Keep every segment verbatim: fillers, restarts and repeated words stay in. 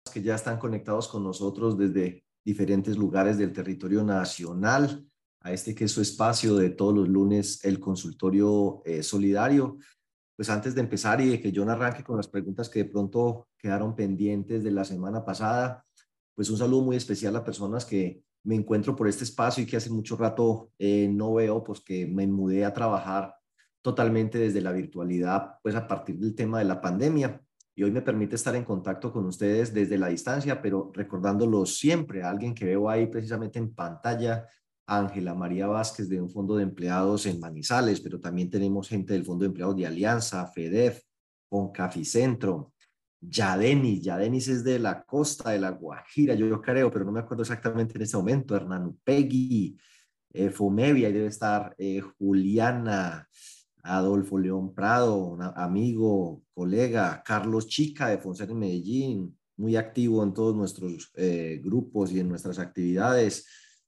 que ya están conectados con nosotros desde diferentes lugares del territorio nacional, a este que es su espacio de todos los lunes, el consultorio eh, solidario. Pues antes de empezar y de que John arranque con las preguntas que de pronto quedaron pendientes de la semana pasada, pues un saludo muy especial a personas que me encuentro por este espacio y que hace mucho rato eh, no veo, pues que me mudé a trabajar totalmente desde la virtualidad, pues a partir del tema de la pandemia. Y hoy me permite estar en contacto con ustedes desde la distancia, pero recordándolo siempre a alguien que veo ahí precisamente en pantalla, Ángela María Vázquez de un fondo de empleados en Manizales, pero también tenemos gente del fondo de empleados de Alianza, FEDEF, Concaficentro, Yadenis, Yadenis es de la costa de La Guajira, yo creo, pero no me acuerdo exactamente en este momento, Hernán Upegui, eh, Fomevia, ahí debe estar eh, Juliana, Adolfo León Prado, un amigo, colega, Carlos Chica de Fonseca en Medellín, muy activo en todos nuestros eh, grupos y en nuestras actividades.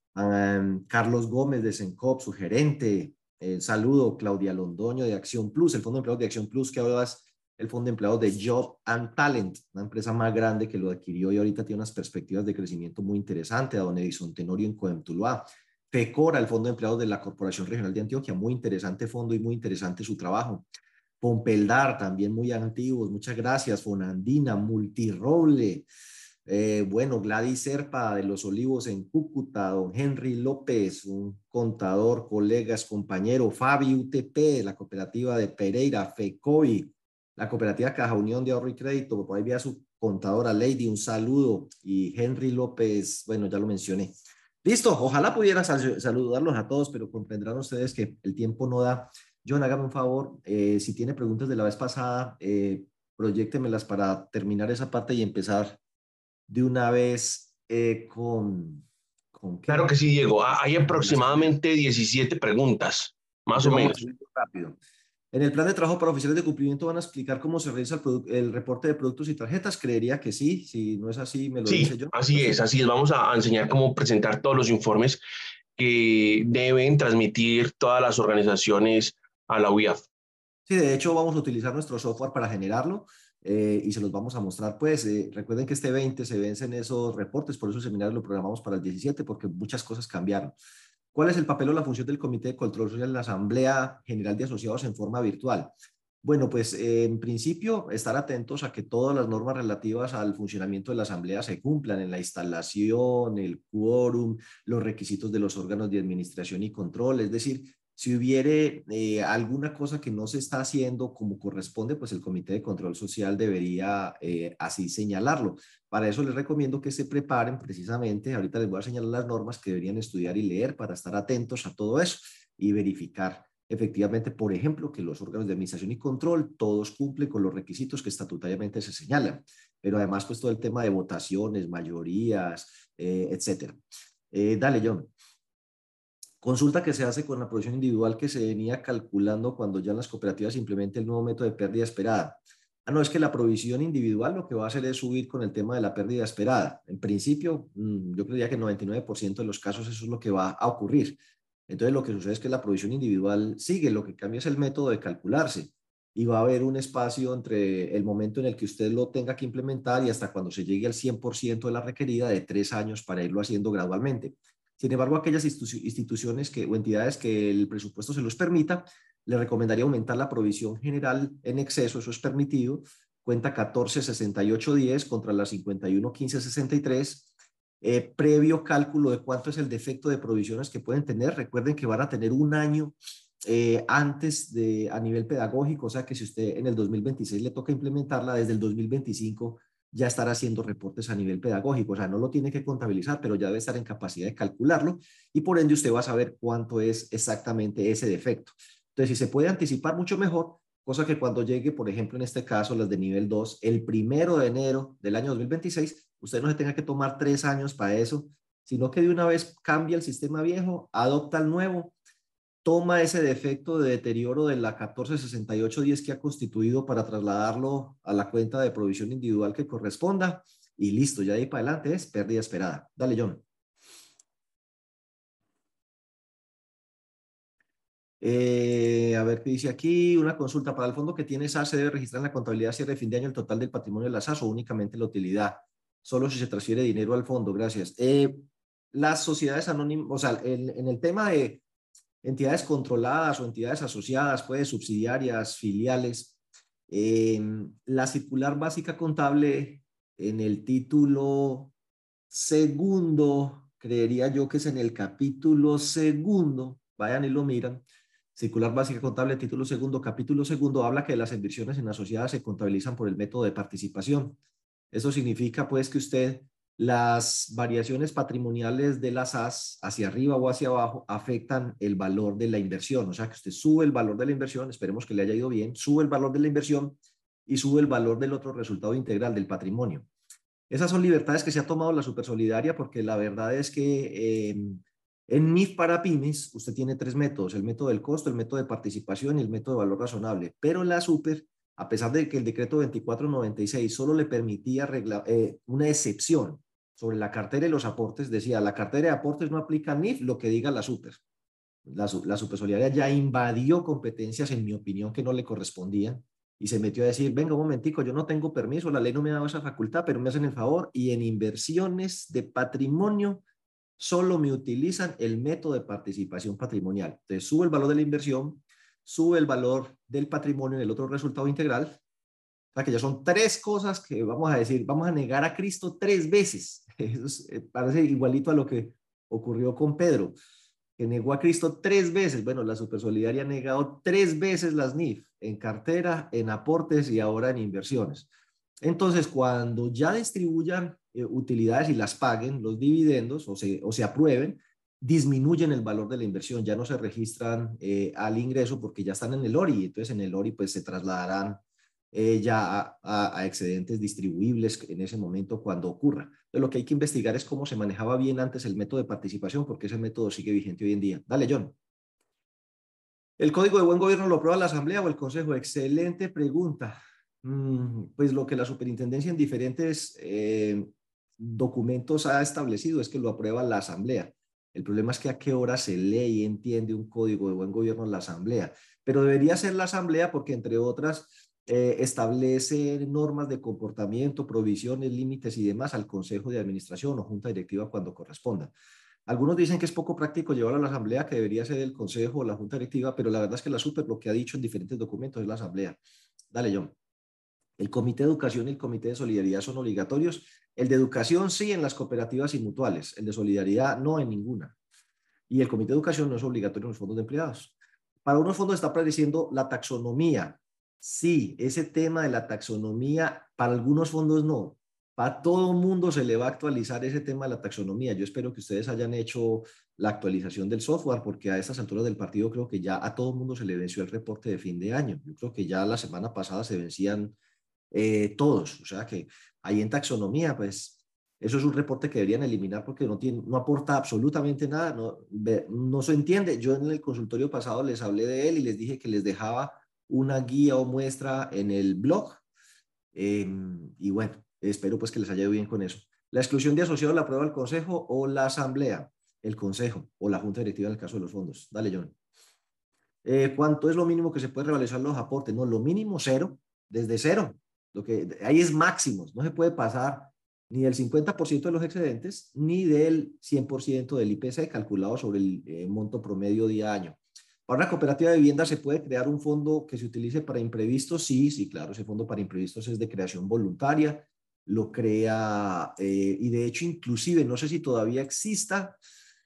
Um, Carlos Gómez de Sencop, su gerente. Eh, saludo, Claudia Londoño de Acción Plus, el Fondo de Empleados de Acción Plus, que ahora es el Fondo de Empleados de Job and Talent, una empresa más grande que lo adquirió y ahorita tiene unas perspectivas de crecimiento muy interesantes. A don Edison Tenorio en Coemtuluá. FECORA, el Fondo de Empleados de la Corporación Regional de Antioquia, muy interesante fondo y muy interesante su trabajo. Pompeldar, también muy antiguos, muchas gracias. Fonandina, Multiroble, eh, bueno, Gladys Serpa de Los Olivos en Cúcuta, don Henry López, un contador, colegas, compañero, Fabi U T P, la cooperativa de Pereira, FECOI, la cooperativa Caja Unión de Ahorro y Crédito, por ahí vi a su contadora Lady, un saludo, y Henry López, bueno, ya lo mencioné. Listo, ojalá pudiera sal saludarlos a todos, pero comprenderán ustedes que el tiempo no da. John, hágame un favor, eh, si tiene preguntas de la vez pasada, eh, proyéctemelas para terminar esa parte y empezar de una vez eh, con, ¿con Claro qué? que sí, Diego. Ah, Hay De la asamblea. aproximadamente diecisiete preguntas, más o Entonces vamos a menos. subir rápido. En el plan de trabajo para oficiales de cumplimiento van a explicar cómo se realiza el, el reporte de productos y tarjetas. Creería que sí. Si no es así, me lo dice Sí, yo. así es, ¿Sí? así es. Vamos a enseñar cómo presentar todos los informes que deben transmitir todas las organizaciones a la U I A F. Sí, de hecho vamos a utilizar nuestro software para generarlo eh, y se los vamos a mostrar. Pues eh, recuerden que este veinte se vencen esos reportes, por eso el seminario lo programamos para el diecisiete, porque muchas cosas cambiaron. ¿Cuál es el papel o la función del Comité de Control Social en la Asamblea General de Asociados en forma virtual? Bueno, pues eh, en principio estar atentos a que todas las normas relativas al funcionamiento de la Asamblea se cumplan en la instalación, el quórum, los requisitos de los órganos de administración y control. Es decir, si hubiere eh, alguna cosa que no se está haciendo como corresponde, pues el Comité de Control Social debería eh, así señalarlo. Para eso les recomiendo que se preparen precisamente, ahorita les voy a señalar las normas que deberían estudiar y leer para estar atentos a todo eso y verificar efectivamente, por ejemplo, que los órganos de administración y control todos cumplen con los requisitos que estatutariamente se señalan, pero además pues todo el tema de votaciones, mayorías, eh, etcétera. Eh, dale, John. Consulta que se hace con la provisión individual que se venía calculando cuando ya en las cooperativas implemente el nuevo método de pérdida esperada. Ah, no, es que la provisión individual lo que va a hacer es subir con el tema de la pérdida esperada. En principio, yo creía que el noventa y nueve por ciento de los casos eso es lo que va a ocurrir. Entonces, lo que sucede es que la provisión individual sigue, lo que cambia es el método de calcularse y va a haber un espacio entre el momento en el que usted lo tenga que implementar y hasta cuando se llegue al cien por ciento de la requerida de tres años para irlo haciendo gradualmente. Sin embargo, aquellas instituciones que, o entidades que el presupuesto se los permita, le recomendaría aumentar la provisión general en exceso, eso es permitido, cuenta catorce sesenta y ocho diez contra la cincuenta y uno quince sesenta y tres, eh, previo cálculo de cuánto es el defecto de provisiones que pueden tener. Recuerden que van a tener un año eh, antes de a nivel pedagógico, o sea que si usted en el dos mil veintiséis le toca implementarla, desde el dos mil veinticinco ya estará haciendo reportes a nivel pedagógico, o sea, no lo tiene que contabilizar, pero ya debe estar en capacidad de calcularlo y por ende usted va a saber cuánto es exactamente ese defecto. Entonces, si se puede anticipar mucho mejor, cosa que cuando llegue, por ejemplo, en este caso, las de nivel dos, el primero de enero del año dos mil veintiséis, usted no se tenga que tomar tres años para eso, sino que de una vez cambia el sistema viejo, adopta el nuevo, toma ese defecto de deterioro de la catorce sesenta y ocho diez que ha constituido para trasladarlo a la cuenta de provisión individual que corresponda y listo, ya de ahí para adelante es pérdida esperada. Dale, John. Eh, a ver qué dice aquí. Una consulta para el fondo que tiene S A S, ¿se debe registrar en la contabilidad cierre de fin de año el total del patrimonio de la S A S o únicamente la utilidad? solo si se transfiere dinero al fondo. Gracias. Eh, las sociedades anónimas, o sea, en, en el tema de entidades controladas o entidades asociadas, pues subsidiarias, filiales, eh, la circular básica contable en el título segundo, creería yo que es en el capítulo segundo, vayan y lo miran, circular básica contable, título segundo, capítulo segundo, habla que las inversiones en asociadas se contabilizan por el método de participación. Eso significa pues que usted las variaciones patrimoniales de las A S hacia arriba o hacia abajo afectan el valor de la inversión. O sea que usted sube el valor de la inversión, esperemos que le haya ido bien, sube el valor de la inversión y sube el valor del otro resultado integral del patrimonio. Esas son libertades que se ha tomado la Supersolidaria porque la verdad es que eh, en M I F para pymes usted tiene tres métodos, el método del costo, el método de participación y el método de valor razonable. Pero la Super, a pesar de que el decreto veinticuatro noventa y seis solo le permitía regla, eh, una excepción sobre la cartera y los aportes, decía, la cartera de aportes no aplica N I F, lo que diga la Super. La, la Supersolidaria ya invadió competencias, en mi opinión, que no le correspondían y se metió a decir, venga un momentico, yo no tengo permiso, la ley no me ha dado esa facultad, pero me hacen el favor y en inversiones de patrimonio solo me utilizan el método de participación patrimonial. Entonces sube el valor de la inversión, sube el valor del patrimonio en el otro resultado integral. O sea que ya son tres cosas que vamos a decir, vamos a negar a Cristo tres veces. Eso es, parece igualito a lo que ocurrió con Pedro, que negó a Cristo tres veces. Bueno, la Supersolidaria ha negado tres veces las N I F, en cartera, en aportes y ahora en inversiones. Entonces, cuando ya distribuyan eh, utilidades y las paguen, los dividendos, o se, o se aprueben, disminuyen el valor de la inversión, ya no se registran eh, al ingreso porque ya están en el O R I, entonces en el O R I pues se trasladarán eh, ya a, a, a excedentes distribuibles en ese momento cuando ocurra. Entonces, lo que hay que investigar es cómo se manejaba bien antes el método de participación, porque ese método sigue vigente hoy en día. Dale, John. ¿El Código de Buen Gobierno lo aprueba la Asamblea o el Consejo? Excelente pregunta. Mm, pues lo que la Superintendencia en diferentes eh, documentos ha establecido es que lo aprueba la Asamblea. El problema es que a qué hora se lee y entiende un Código de Buen Gobierno en la Asamblea. Pero debería ser la Asamblea porque, entre otras, eh, establece normas de comportamiento, provisiones, límites y demás al Consejo de Administración o Junta Directiva cuando corresponda. Algunos dicen que es poco práctico llevarlo a la Asamblea, que debería ser el Consejo o la Junta Directiva, pero la verdad es que la Super lo que ha dicho en diferentes documentos es la Asamblea. Dale, John. El Comité de Educación y el Comité de Solidaridad son obligatorios. El de Educación sí en las cooperativas y mutuales. El de Solidaridad no en ninguna. Y el Comité de Educación no es obligatorio en los fondos de empleados. Para unos fondos está apareciendo la taxonomía. Sí, ese tema de la taxonomía, para algunos fondos no. Para todo mundo se le va a actualizar ese tema de la taxonomía. Yo espero que ustedes hayan hecho la actualización del software, porque a estas alturas del partido creo que ya a todo mundo se le venció el reporte de fin de año. Yo creo que ya la semana pasada se vencían eh, todos. O sea que ahí en taxonomía, pues eso es un reporte que deberían eliminar porque no, tiene, no aporta absolutamente nada, no, no se entiende. Yo en el consultorio pasado les hablé de él y les dije que les dejaba una guía o muestra en el blog. Eh, y bueno, espero pues que les haya ido bien con eso. La exclusión de asociados la aprueba el Consejo o la Asamblea, el Consejo o la Junta Directiva en el caso de los fondos. Dale, John. Eh, ¿Cuánto es lo mínimo que se puede realizar los aportes? No, lo mínimo cero, desde cero. Lo que, ahí es máximos, no se puede pasar ni del cincuenta por ciento de los excedentes, ni del cien por ciento del I P C calculado sobre el eh, monto promedio día a año. Para una cooperativa de vivienda se puede crear un fondo que se utilice para imprevistos. Sí, sí, claro, ese fondo para imprevistos es de creación voluntaria, lo crea eh, y de hecho inclusive, no sé si todavía exista,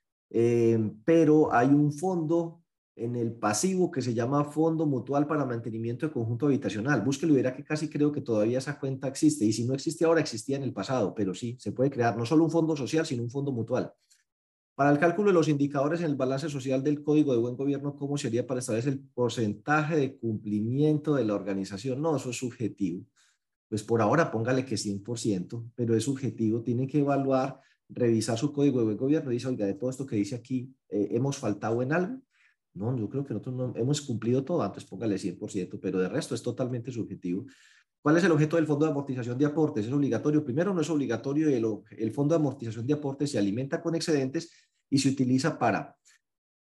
eh, pero hay un fondo en el pasivo que se llama Fondo Mutual para Mantenimiento de Conjunto Habitacional. Búsquelo y verá que casi creo que todavía esa cuenta existe. Y si no existe ahora, existía en el pasado, pero sí, se puede crear no solo un fondo social, sino un fondo mutual. Para el cálculo de los indicadores en el balance social del Código de Buen Gobierno, ¿cómo sería para establecer el porcentaje de cumplimiento de la organización? No, eso es subjetivo. Pues por ahora póngale que cien por ciento, pero es subjetivo. Tienen que evaluar, revisar su Código de Buen Gobierno. Dice, oiga, de todo esto que dice aquí, eh, ¿hemos faltado en algo? No, yo creo que nosotros no hemos cumplido todo, antes póngale cien por ciento, pero de resto es totalmente subjetivo. ¿Cuál es el objeto del Fondo de Amortización de Aportes? ¿Es obligatorio? Primero, no es obligatorio. El, el Fondo de Amortización de Aportes se alimenta con excedentes y se utiliza para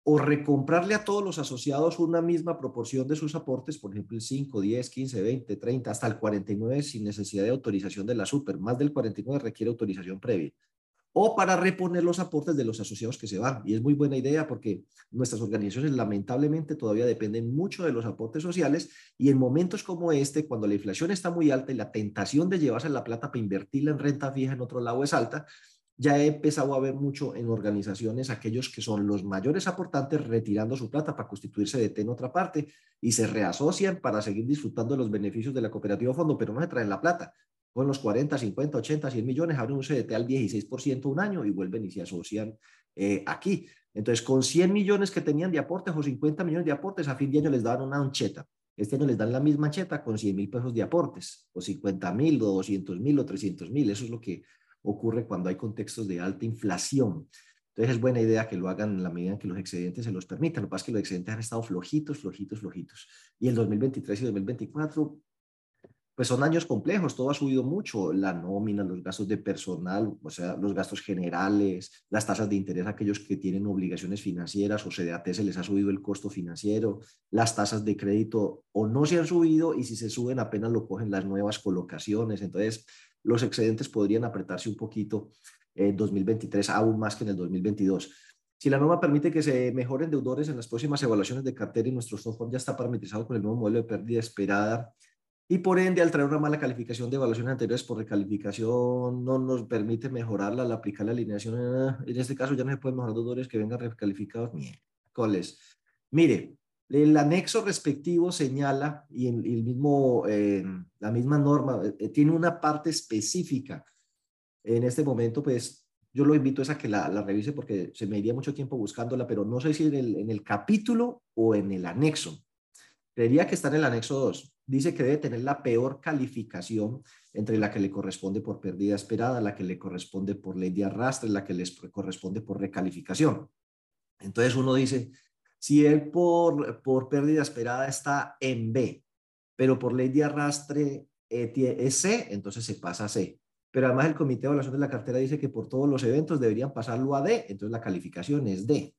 o recomprarle a todos los asociados una misma proporción de sus aportes, por ejemplo, el cinco, diez, quince, veinte, treinta, hasta el cuarenta y nueve sin necesidad de autorización de la super. Más del cuarenta y nueve requiere autorización previa. O para reponer los aportes de los asociados que se van. Y es muy buena idea porque nuestras organizaciones lamentablemente todavía dependen mucho de los aportes sociales y en momentos como este, cuando la inflación está muy alta y la tentación de llevarse la plata para invertirla en renta fija en otro lado es alta, ya he empezado a ver mucho en organizaciones aquellos que son los mayores aportantes retirando su plata para constituirse de T en otra parte y se reasocian para seguir disfrutando de los beneficios de la cooperativa fondo, pero no se traen la plata. Con los cuarenta, cincuenta, ochenta, cien millones, abren un C D T al dieciséis por ciento un año y vuelven y se asocian eh, aquí. Entonces, con cien millones que tenían de aportes o cincuenta millones de aportes, a fin de año les daban una ancheta. Este año les dan la misma cheta con cien mil pesos de aportes, o cincuenta mil, o doscientos mil, o trescientos mil. Eso es lo que ocurre cuando hay contextos de alta inflación. Entonces es buena idea que lo hagan en la medida en que los excedentes se los permitan. Lo que pasa es que los excedentes han estado flojitos, flojitos, flojitos. Y el dos mil veintitrés y dos mil veinticuatro, pues son años complejos, todo ha subido mucho, la nómina, los gastos de personal, o sea, los gastos generales, las tasas de interés a aquellos que tienen obligaciones financieras o C D A T se les ha subido el costo financiero, las tasas de crédito o no se han subido y si se suben apenas lo cogen las nuevas colocaciones, entonces los excedentes podrían apretarse un poquito en dos mil veintitrés, aún más que en el dos mil veintidós. Si la norma permite que se mejoren deudores en las próximas evaluaciones de cartera y nuestro software ya está parametrizado con el nuevo modelo de pérdida esperada, y por ende, al traer una mala calificación de evaluaciones anteriores por recalificación, no nos permite mejorarla al aplicar la alineación. En este caso, ya no se pueden mejorar deudores que vengan recalificados. Miércoles. Mire, el anexo respectivo señala, y el, el mismo, eh, la misma norma eh, tiene una parte específica. En este momento, pues, yo lo invito es a que la, la revise porque se me iría mucho tiempo buscándola, pero no sé si en el, en el capítulo o en el anexo. Creería que está en el anexo dos. Dice que debe tener la peor calificación entre la que le corresponde por pérdida esperada, la que le corresponde por ley de arrastre, la que les corresponde por recalificación. Entonces uno dice, si él por, por pérdida esperada está en B, pero por ley de arrastre eh, es C, entonces se pasa a C. Pero además el comité de evaluación de la cartera dice que por todos los eventos deberían pasarlo a D, entonces la calificación es D.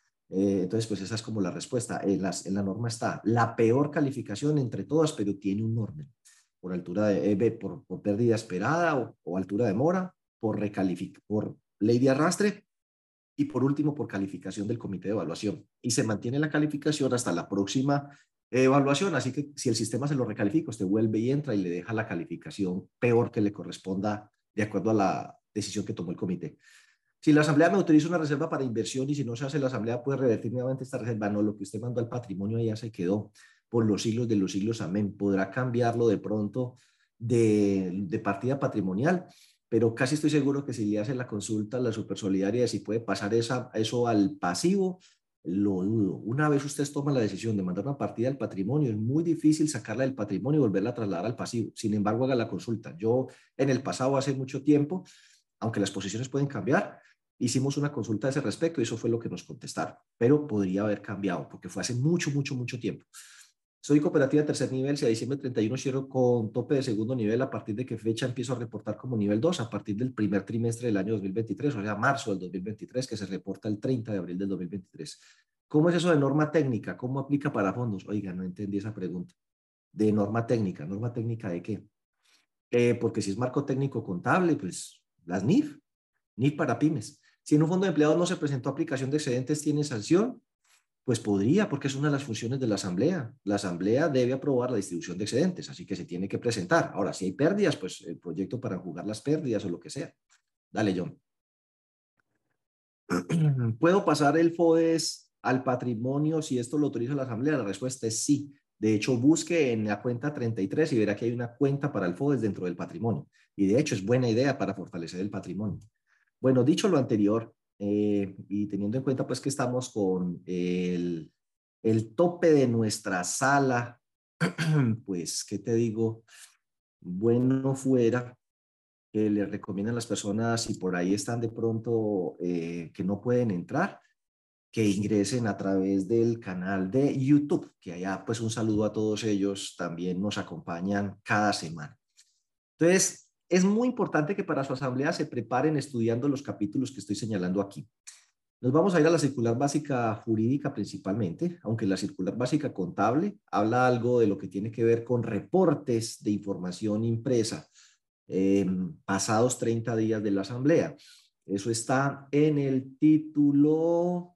Eh, entonces, pues esa es como la respuesta. En, las, en la norma está la peor calificación entre todas, pero tiene un orden. Por altura de eh, por, por pérdida esperada o, o altura de mora, por, recalific por ley de arrastre y por último por calificación del comité de evaluación. Y se mantiene la calificación hasta la próxima evaluación. Así que si el sistema se lo recalifica, usted vuelve y entra y le deja la calificación peor que le corresponda de acuerdo a la decisión que tomó el comité. Si la asamblea me autoriza una reserva para inversión y si no se hace la asamblea puede revertir nuevamente esta reserva. No, lo que usted mandó al patrimonio ya se quedó por los siglos de los siglos. Amén. Podrá cambiarlo de pronto de, de partida patrimonial, pero casi estoy seguro que si le hace la consulta a la supersolidaria de si puede pasar esa, eso al pasivo, lo dudo. Una vez ustedes toman la decisión de mandar una partida al patrimonio, es muy difícil sacarla del patrimonio y volverla a trasladar al pasivo. Sin embargo, haga la consulta. Yo en el pasado, hace mucho tiempo, aunque las posiciones pueden cambiar, hicimos una consulta a ese respecto y eso fue lo que nos contestaron, pero podría haber cambiado porque fue hace mucho, mucho, mucho tiempo. Soy cooperativa de tercer nivel, si a diciembre treinta y uno cierro con tope de segundo nivel, ¿a partir de qué fecha empiezo a reportar como nivel dos? A partir del primer trimestre del año dos mil veintitrés, o sea, marzo del dos mil veintitrés, que se reporta el treinta de abril del dos mil veintitrés. ¿Cómo es eso de norma técnica? ¿Cómo aplica para fondos? Oiga, no entendí esa pregunta. De norma técnica, ¿norma técnica de qué? Eh, porque si es marco técnico contable, pues las N I F, N I F para pymes. Si en un fondo de empleados no se presentó aplicación de excedentes, ¿tiene sanción? Pues podría, porque es una de las funciones de la asamblea. La asamblea debe aprobar la distribución de excedentes, así que se tiene que presentar. Ahora, si hay pérdidas, pues el proyecto para jugar las pérdidas o lo que sea. Dale, John. ¿Puedo pasar el FODES al patrimonio si esto lo autoriza la asamblea? La respuesta es sí. De hecho, busque en la cuenta treinta y tres y verá que hay una cuenta para el FODES dentro del patrimonio. Y de hecho es buena idea para fortalecer el patrimonio. Bueno, dicho lo anterior, eh, y teniendo en cuenta pues que estamos con el, el tope de nuestra sala, pues, ¿qué te digo? Bueno fuera que le recomiendan a las personas, si por ahí están de pronto eh, que no pueden entrar, que ingresen a través del canal de YouTube, que allá pues un saludo a todos ellos, también nos acompañan cada semana. Entonces, es muy importante que para su asamblea se preparen estudiando los capítulos que estoy señalando aquí. Nos vamos a ir a la circular básica jurídica principalmente, aunque la circular básica contable habla algo de lo que tiene que ver con reportes de información impresa eh, pasados treinta días de la asamblea. Eso está en el título,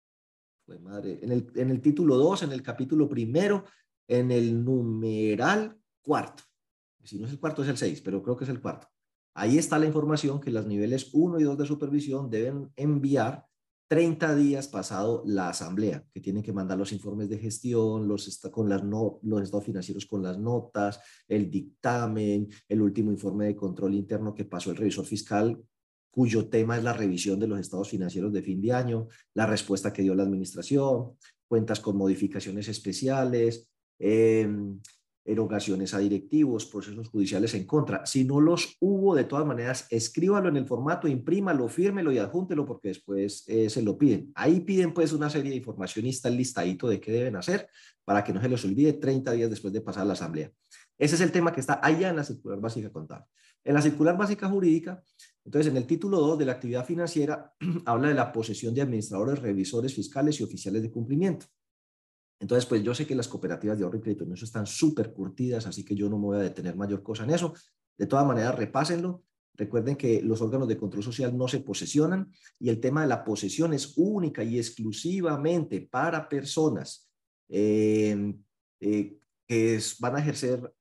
pues madre, en el, en el título dos, en el capítulo primero, en el numeral cuarto. Si no es el cuarto, es el seis, pero creo que es el cuarto. Ahí está la información que los niveles uno y dos de supervisión deben enviar treinta días pasado la asamblea, que tienen que mandar los informes de gestión, los, con las no, los estados financieros con las notas, el dictamen, el último informe de control interno que pasó el revisor fiscal, cuyo tema es la revisión de los estados financieros de fin de año, la respuesta que dio la administración, cuentas con modificaciones especiales, eh, erogaciones a directivos, procesos judiciales en contra. Si no los hubo, de todas maneras, escríbalo en el formato, imprímalo, fírmelo y adjúntelo porque después eh, se lo piden. Ahí piden pues una serie de información y está el listadito de qué deben hacer para que no se les olvide treinta días después de pasar a la asamblea. Ese es el tema que está allá en la circular básica contable. En la circular básica jurídica, entonces en el título dos de la actividad financiera habla de la posesión de administradores, revisores fiscales y oficiales de cumplimiento. Entonces, pues yo sé que las cooperativas de ahorro y crédito en eso están súper curtidas, así que yo no me voy a detener mayor cosa en eso. De todas maneras, repásenlo. Recuerden que los órganos de control social no se posesionan y el tema de la posesión es única y exclusivamente para personas eh, eh, que es, van a ejercer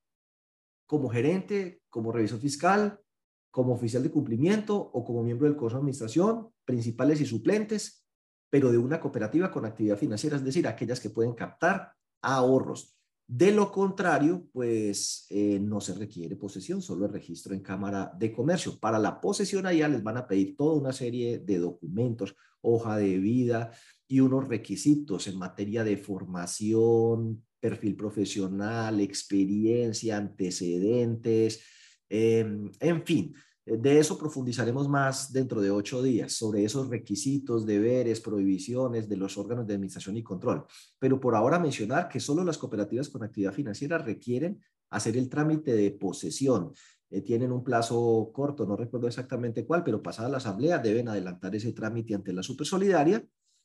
como gerente, como revisor fiscal, como oficial de cumplimiento o como miembro del consejo de administración, principales y suplentes, pero de una cooperativa con actividad financiera, es decir, aquellas que pueden captar ahorros. De lo contrario, pues eh, no se requiere posesión, solo el registro en Cámara de Comercio. Para la posesión allá les van a pedir toda una serie de documentos, hoja de vida y unos requisitos en materia de formación, perfil profesional, experiencia, antecedentes, eh, en fin. De eso profundizaremos más dentro de ocho días, sobre esos requisitos, deberes, prohibiciones de los órganos de administración y control. Pero por ahora mencionar que solo las cooperativas con actividad financiera requieren hacer el trámite de posesión. Eh, tienen un plazo corto, no recuerdo exactamente cuál, pero pasada la asamblea deben adelantar ese trámite ante la Supersolidaria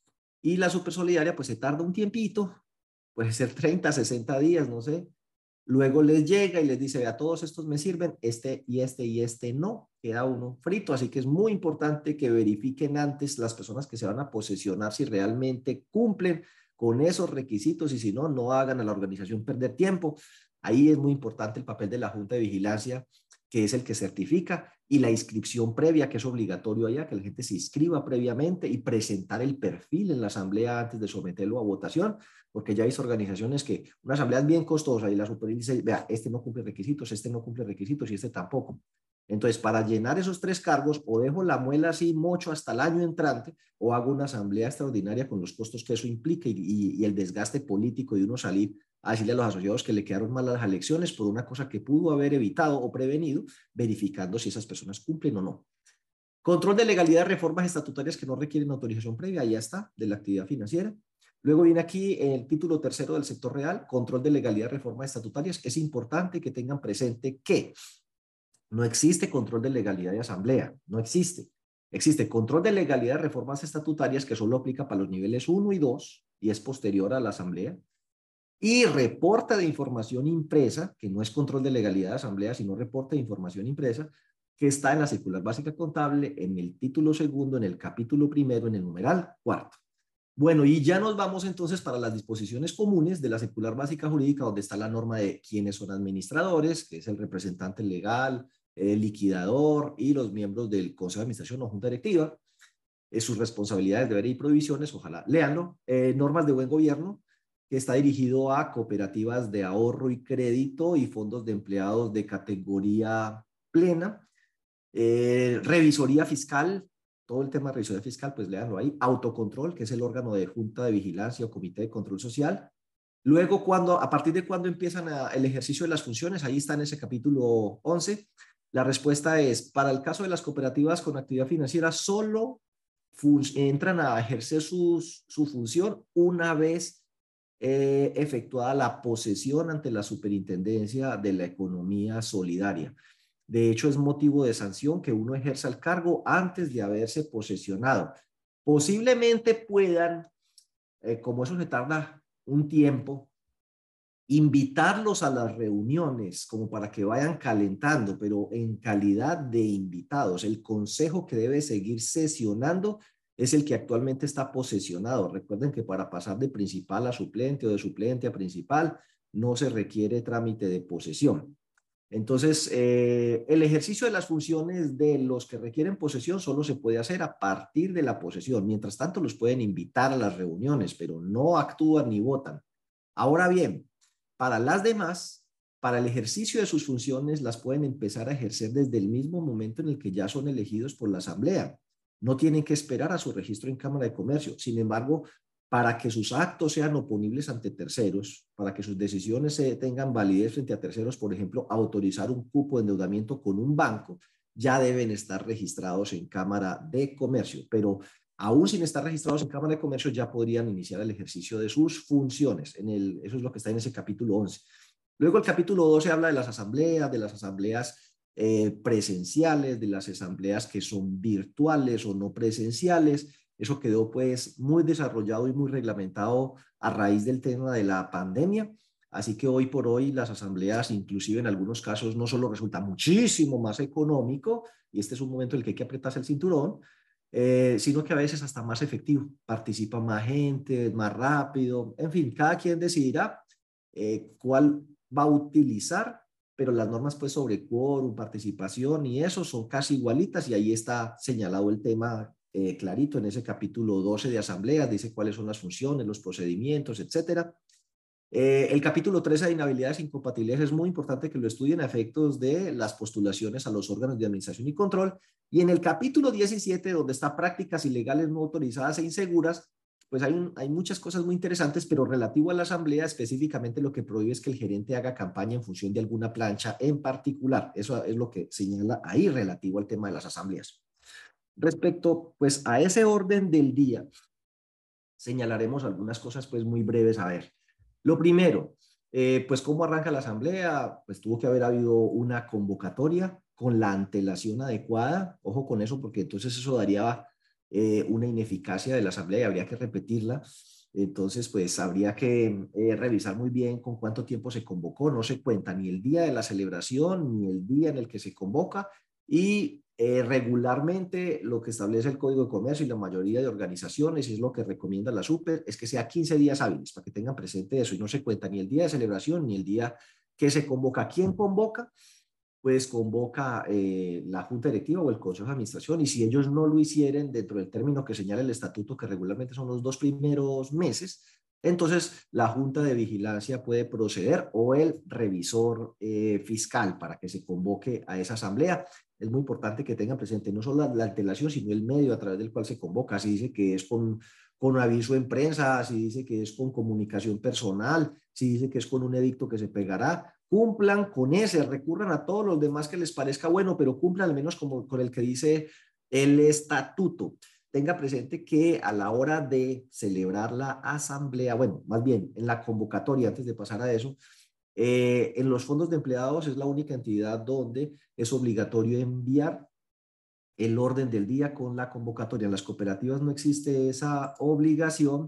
y la Supersolidaria pues se tarda un tiempito, puede ser treinta, sesenta días, no sé. Luego les llega y les dice, a todos estos me sirven, este y este y este no, queda uno frito, así que es muy importante que verifiquen antes las personas que se van a posesionar si realmente cumplen con esos requisitos y si no, no hagan a la organización perder tiempo. Ahí es muy importante el papel de la Junta de Vigilancia, que es el que certifica, y la inscripción previa, que es obligatorio allá, que la gente se inscriba previamente y presentar el perfil en la asamblea antes de someterlo a votación, porque ya hay organizaciones que una asamblea es bien costosa y la superior dice, vea, este no cumple requisitos, este no cumple requisitos y este tampoco. Entonces, para llenar esos tres cargos, o dejo la muela así mocho hasta el año entrante, o hago una asamblea extraordinaria con los costos que eso implica y, y, y el desgaste político de uno salir a decirle a los asociados que le quedaron mal las elecciones por una cosa que pudo haber evitado o prevenido, verificando si esas personas cumplen o no. Control de legalidad de reformas estatutarias que no requieren autorización previa, ya está, de la actividad financiera. Luego viene aquí el título tercero del sector real, control de legalidad de reformas estatutarias. Es importante que tengan presente que no existe control de legalidad de asamblea, no existe. Existe control de legalidad de reformas estatutarias que solo aplica para los niveles uno y dos y es posterior a la asamblea. Y reporte de información impresa, que no es control de legalidad de asamblea, sino reporte de información impresa, que está en la circular básica contable, en el título segundo, en el capítulo primero, en el numeral cuarto. Bueno, y ya nos vamos entonces para las disposiciones comunes de la circular básica jurídica, donde está la norma de quiénes son administradores, que es el representante legal, el liquidador y los miembros del Consejo de Administración o Junta Directiva, eh, sus responsabilidades, deberes y prohibiciones, ojalá léanlo, eh, normas de buen gobierno, que está dirigido a cooperativas de ahorro y crédito y fondos de empleados de categoría plena, eh, revisoría fiscal, todo el tema de revisoría fiscal, pues léanlo ahí, autocontrol, que es el órgano de junta de vigilancia o comité de control social. Luego, cuando, a partir de cuándo empiezan a, el ejercicio de las funciones, ahí está en ese capítulo once. La respuesta es, para el caso de las cooperativas con actividad financiera, solo entran a ejercer sus, su función una vez eh, efectuada la posesión ante la Superintendencia de la Economía Solidaria. De hecho, es motivo de sanción que uno ejerza el cargo antes de haberse posesionado. Posiblemente puedan, eh, como eso se tarda un tiempo, invitarlos a las reuniones como para que vayan calentando, pero en calidad de invitados. El consejo que debe seguir sesionando es el que actualmente está posesionado. Recuerden que para pasar de principal a suplente o de suplente a principal no se requiere trámite de posesión. Entonces, eh, el ejercicio de las funciones de los que requieren posesión solo se puede hacer a partir de la posesión. Mientras tanto, los pueden invitar a las reuniones, pero no actúan ni votan. Ahora bien, para las demás, para el ejercicio de sus funciones, las pueden empezar a ejercer desde el mismo momento en el que ya son elegidos por la Asamblea. No tienen que esperar a su registro en Cámara de Comercio. Sin embargo, para que sus actos sean oponibles ante terceros, para que sus decisiones se tengan validez frente a terceros, por ejemplo, autorizar un cupo de endeudamiento con un banco, ya deben estar registrados en Cámara de Comercio. Pero aún sin estar registrados en Cámara de Comercio, ya podrían iniciar el ejercicio de sus funciones. En el, eso es lo que está en ese capítulo once. Luego el capítulo doce habla de las asambleas, de las asambleas eh, presenciales, de las asambleas que son virtuales o no presenciales. Eso quedó pues muy desarrollado y muy reglamentado a raíz del tema de la pandemia. Así que hoy por hoy las asambleas, inclusive en algunos casos, no solo resulta muchísimo más económico, y este es un momento en el que hay que apretarse el cinturón, eh, sino que a veces hasta más efectivo. Participa más gente, más rápido, en fin, cada quien decidirá eh, cuál va a utilizar, pero las normas pues sobre quórum, participación y eso son casi igualitas y ahí está señalado el tema eh, clarito en ese capítulo doce de asambleas, dice cuáles son las funciones, los procedimientos, etcétera. Eh, el capítulo trece de inhabilidades e incompatibilidades es muy importante que lo estudien a efectos de las postulaciones a los órganos de administración y control. Y en el capítulo diecisiete, donde está prácticas ilegales no autorizadas e inseguras, pues hay, un, hay muchas cosas muy interesantes, pero relativo a la asamblea, específicamente lo que prohíbe es que el gerente haga campaña en función de alguna plancha en particular. Eso es lo que señala ahí relativo al tema de las asambleas. Respecto pues a ese orden del día, señalaremos algunas cosas pues muy breves a ver. Lo primero, eh, pues cómo arranca la asamblea, pues tuvo que haber habido una convocatoria con la antelación adecuada, ojo con eso porque entonces eso daría eh, una ineficacia de la asamblea y habría que repetirla. Entonces, pues habría que eh, revisar muy bien con cuánto tiempo se convocó, no se cuenta ni el día de la celebración ni el día en el que se convoca y eh, regularmente lo que establece el Código de Comercio y la mayoría de organizaciones, y es lo que recomienda la Super, es que sea quince días hábiles, para que tengan presente eso, y no se cuenta ni el día de celebración ni el día que se convoca. ¿Quién convoca? Pues convoca eh, la Junta Directiva o el Consejo de Administración, y si ellos no lo hicieren dentro del término que señala el estatuto, que regularmente son los dos primeros meses, entonces la Junta de Vigilancia puede proceder o el revisor eh, fiscal para que se convoque a esa asamblea. Es muy importante que tengan presente no solo la, la antelación, sino el medio a través del cual se convoca. Si dice que es con, con aviso en prensa, si dice que es con comunicación personal, si dice que es con un edicto que se pegará, cumplan con ese, recurran a todos los demás que les parezca bueno, pero cumplan al menos como, con el que dice el estatuto. Tenga presente que a la hora de celebrar la asamblea, bueno, más bien en la convocatoria, antes de pasar a eso, eh, en los fondos de empleados es la única entidad donde es obligatorio enviar el orden del día con la convocatoria. En las cooperativas no existe esa obligación.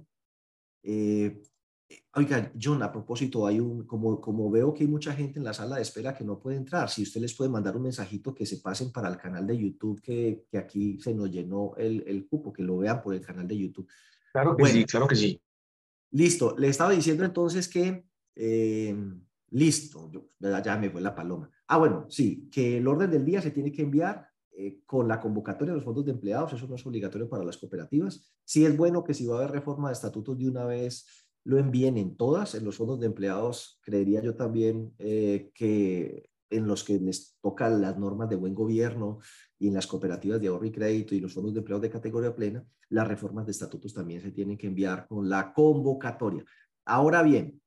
Eh, Oiga, John, a propósito, hay un, como, como veo que hay mucha gente en la sala de espera que no puede entrar, si usted les puede mandar un mensajito que se pasen para el canal de YouTube, que, que aquí se nos llenó el, el cupo, que lo vean por el canal de YouTube. Claro que sí, Bueno, claro que sí. listo. Le estaba diciendo entonces que, eh, listo, yo, ya me fue la paloma. Ah, bueno, sí, que el orden del día se tiene que enviar eh, con la convocatoria de los fondos de empleados, eso no es obligatorio para las cooperativas. Sí es bueno que si va a haber reforma de estatutos de una vez lo envíen en todas, en los fondos de empleados, creería yo también eh, que en los que les tocan las normas de buen gobierno y en las cooperativas de ahorro y crédito y los fondos de empleados de categoría plena, las reformas de estatutos también se tienen que enviar con la convocatoria. Ahora bien,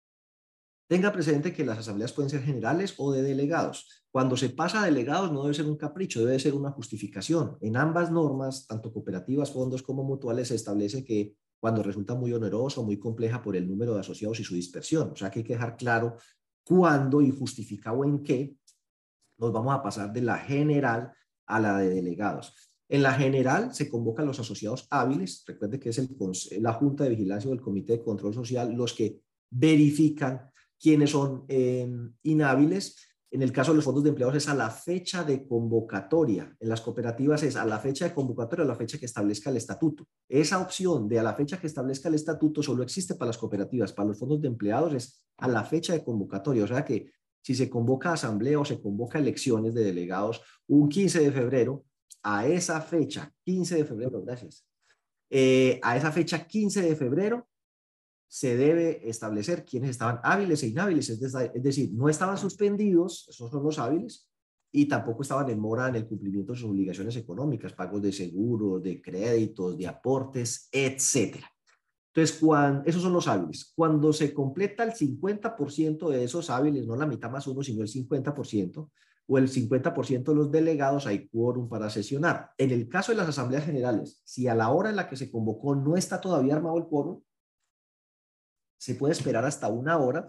tenga presente que las asambleas pueden ser generales o de delegados. Cuando se pasa a delegados no debe ser un capricho, debe ser una justificación. En ambas normas, tanto cooperativas, fondos como mutuales, se establece que cuando resulta muy oneroso, muy compleja por el número de asociados y su dispersión. O sea que hay que dejar claro cuándo y justificado en qué nos vamos a pasar de la general a la de delegados. En la general se convocan los asociados hábiles, recuerde que es el, la Junta de Vigilancia o el Comité de Control Social los que verifican quiénes son eh, inhábiles. En el caso de los fondos de empleados es a la fecha de convocatoria. En las cooperativas es a la fecha de convocatoria, a la fecha que establezca el estatuto. Esa opción de a la fecha que establezca el estatuto solo existe para las cooperativas. Para los fondos de empleados es a la fecha de convocatoria. O sea que si se convoca asamblea o se convoca elecciones de delegados un quince de febrero, a esa fecha, quince de febrero, gracias, eh, a esa fecha quince de febrero, se debe establecer quiénes estaban hábiles e inhábiles, es, de, es decir, no estaban suspendidos, esos son los hábiles, y tampoco estaban en mora en el cumplimiento de sus obligaciones económicas, pagos de seguros, de créditos, de aportes, etcétera. Entonces, cuando, esos son los hábiles. Cuando se completa el cincuenta por ciento de esos hábiles, no la mitad más uno, sino el cincuenta por ciento, o el cincuenta por ciento de los delegados, hay quórum para sesionar. En el caso de las asambleas generales, si a la hora en la que se convocó no está todavía armado el quórum, se puede esperar hasta una hora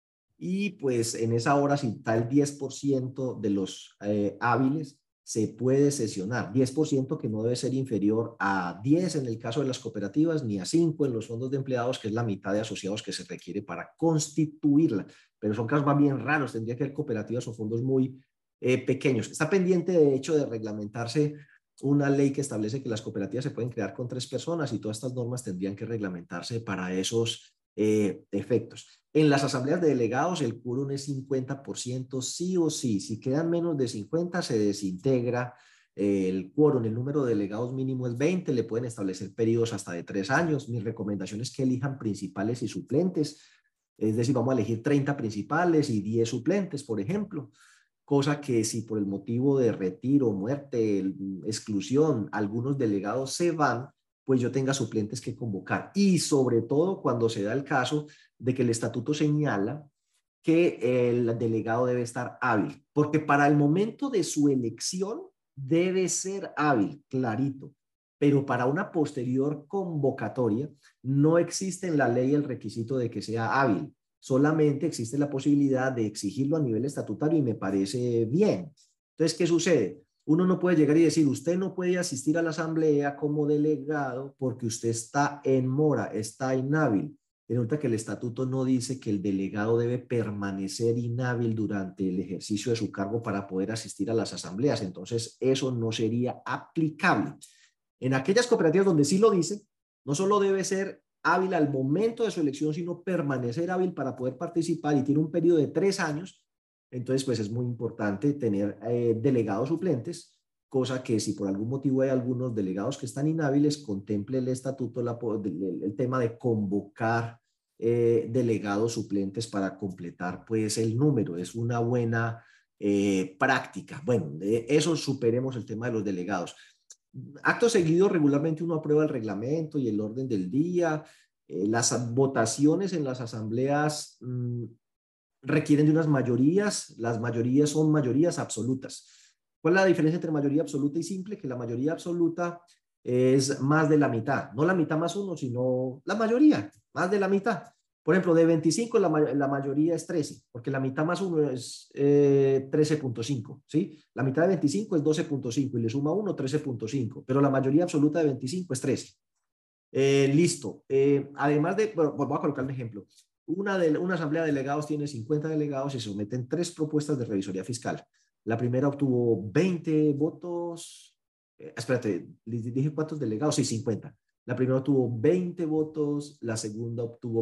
y pues en esa hora, si está el diez por ciento de los eh, hábiles, se puede sesionar. diez por ciento que no debe ser inferior a diez en el caso de las cooperativas, ni a cinco en los fondos de empleados, que es la mitad de asociados que se requiere para constituirla. Pero son casos más bien raros, tendría que haber cooperativas o fondos muy eh, pequeños. Está pendiente, de hecho, de reglamentarse una ley que establece que las cooperativas se pueden crear con tres personas y todas estas normas tendrían que reglamentarse para esos Eh, efectos. En las asambleas de delegados el quórum es cincuenta por ciento sí o sí. Si quedan menos de cincuenta se desintegra eh, el quórum. El número de delegados mínimo es veinte, le pueden establecer periodos hasta de tres años. Mi recomendación es que elijan principales y suplentes, es decir, vamos a elegir treinta principales y diez suplentes, por ejemplo. Cosa que si por el motivo de retiro, muerte, exclusión, algunos delegados se van, pues yo tenga suplentes que convocar. Y sobre todo cuando se da el caso de que el estatuto señala que el delegado debe estar hábil, porque para el momento de su elección debe ser hábil, clarito, pero para una posterior convocatoria no existe en la ley el requisito de que sea hábil, solamente existe la posibilidad de exigirlo a nivel estatutario y me parece bien. Entonces, ¿qué sucede? Uno no puede llegar y decir, usted no puede asistir a la asamblea como delegado porque usted está en mora, está inhábil. Resulta que el estatuto no dice que el delegado debe permanecer inhábil durante el ejercicio de su cargo para poder asistir a las asambleas. Entonces, eso no sería aplicable. En aquellas cooperativas donde sí lo dice, no solo debe ser hábil al momento de su elección, sino permanecer hábil para poder participar y tiene un periodo de tres años. Entonces, pues es muy importante tener eh, delegados suplentes, cosa que si por algún motivo hay algunos delegados que están inhábiles, contemple el estatuto la, el, el tema de convocar eh, delegados suplentes para completar pues el número. Es una buena eh, práctica. Bueno, de eso superemos el tema de los delegados. Acto seguido, regularmente uno aprueba el reglamento y el orden del día. Eh, las votaciones en las asambleas mmm, requieren de unas mayorías, las mayorías son mayorías absolutas. ¿Cuál es la diferencia entre mayoría absoluta y simple? Que la mayoría absoluta es más de la mitad, no la mitad más uno, sino la mayoría, más de la mitad. Por ejemplo, de veinticinco la, la mayoría es trece, porque la mitad más uno es eh, trece punto cinco, ¿sí? La mitad de veinticinco es doce punto cinco y le suma uno, trece punto cinco, pero la mayoría absoluta de veinticinco es trece. Eh, listo. Eh, además de, bueno, voy a colocar un ejemplo. Una, de, una asamblea de delegados tiene cincuenta delegados y se someten tres propuestas de revisoría fiscal. La primera obtuvo veinte votos. Eh, espérate, ¿les dije cuántos delegados? Sí, cincuenta. La primera obtuvo veinte votos, la segunda obtuvo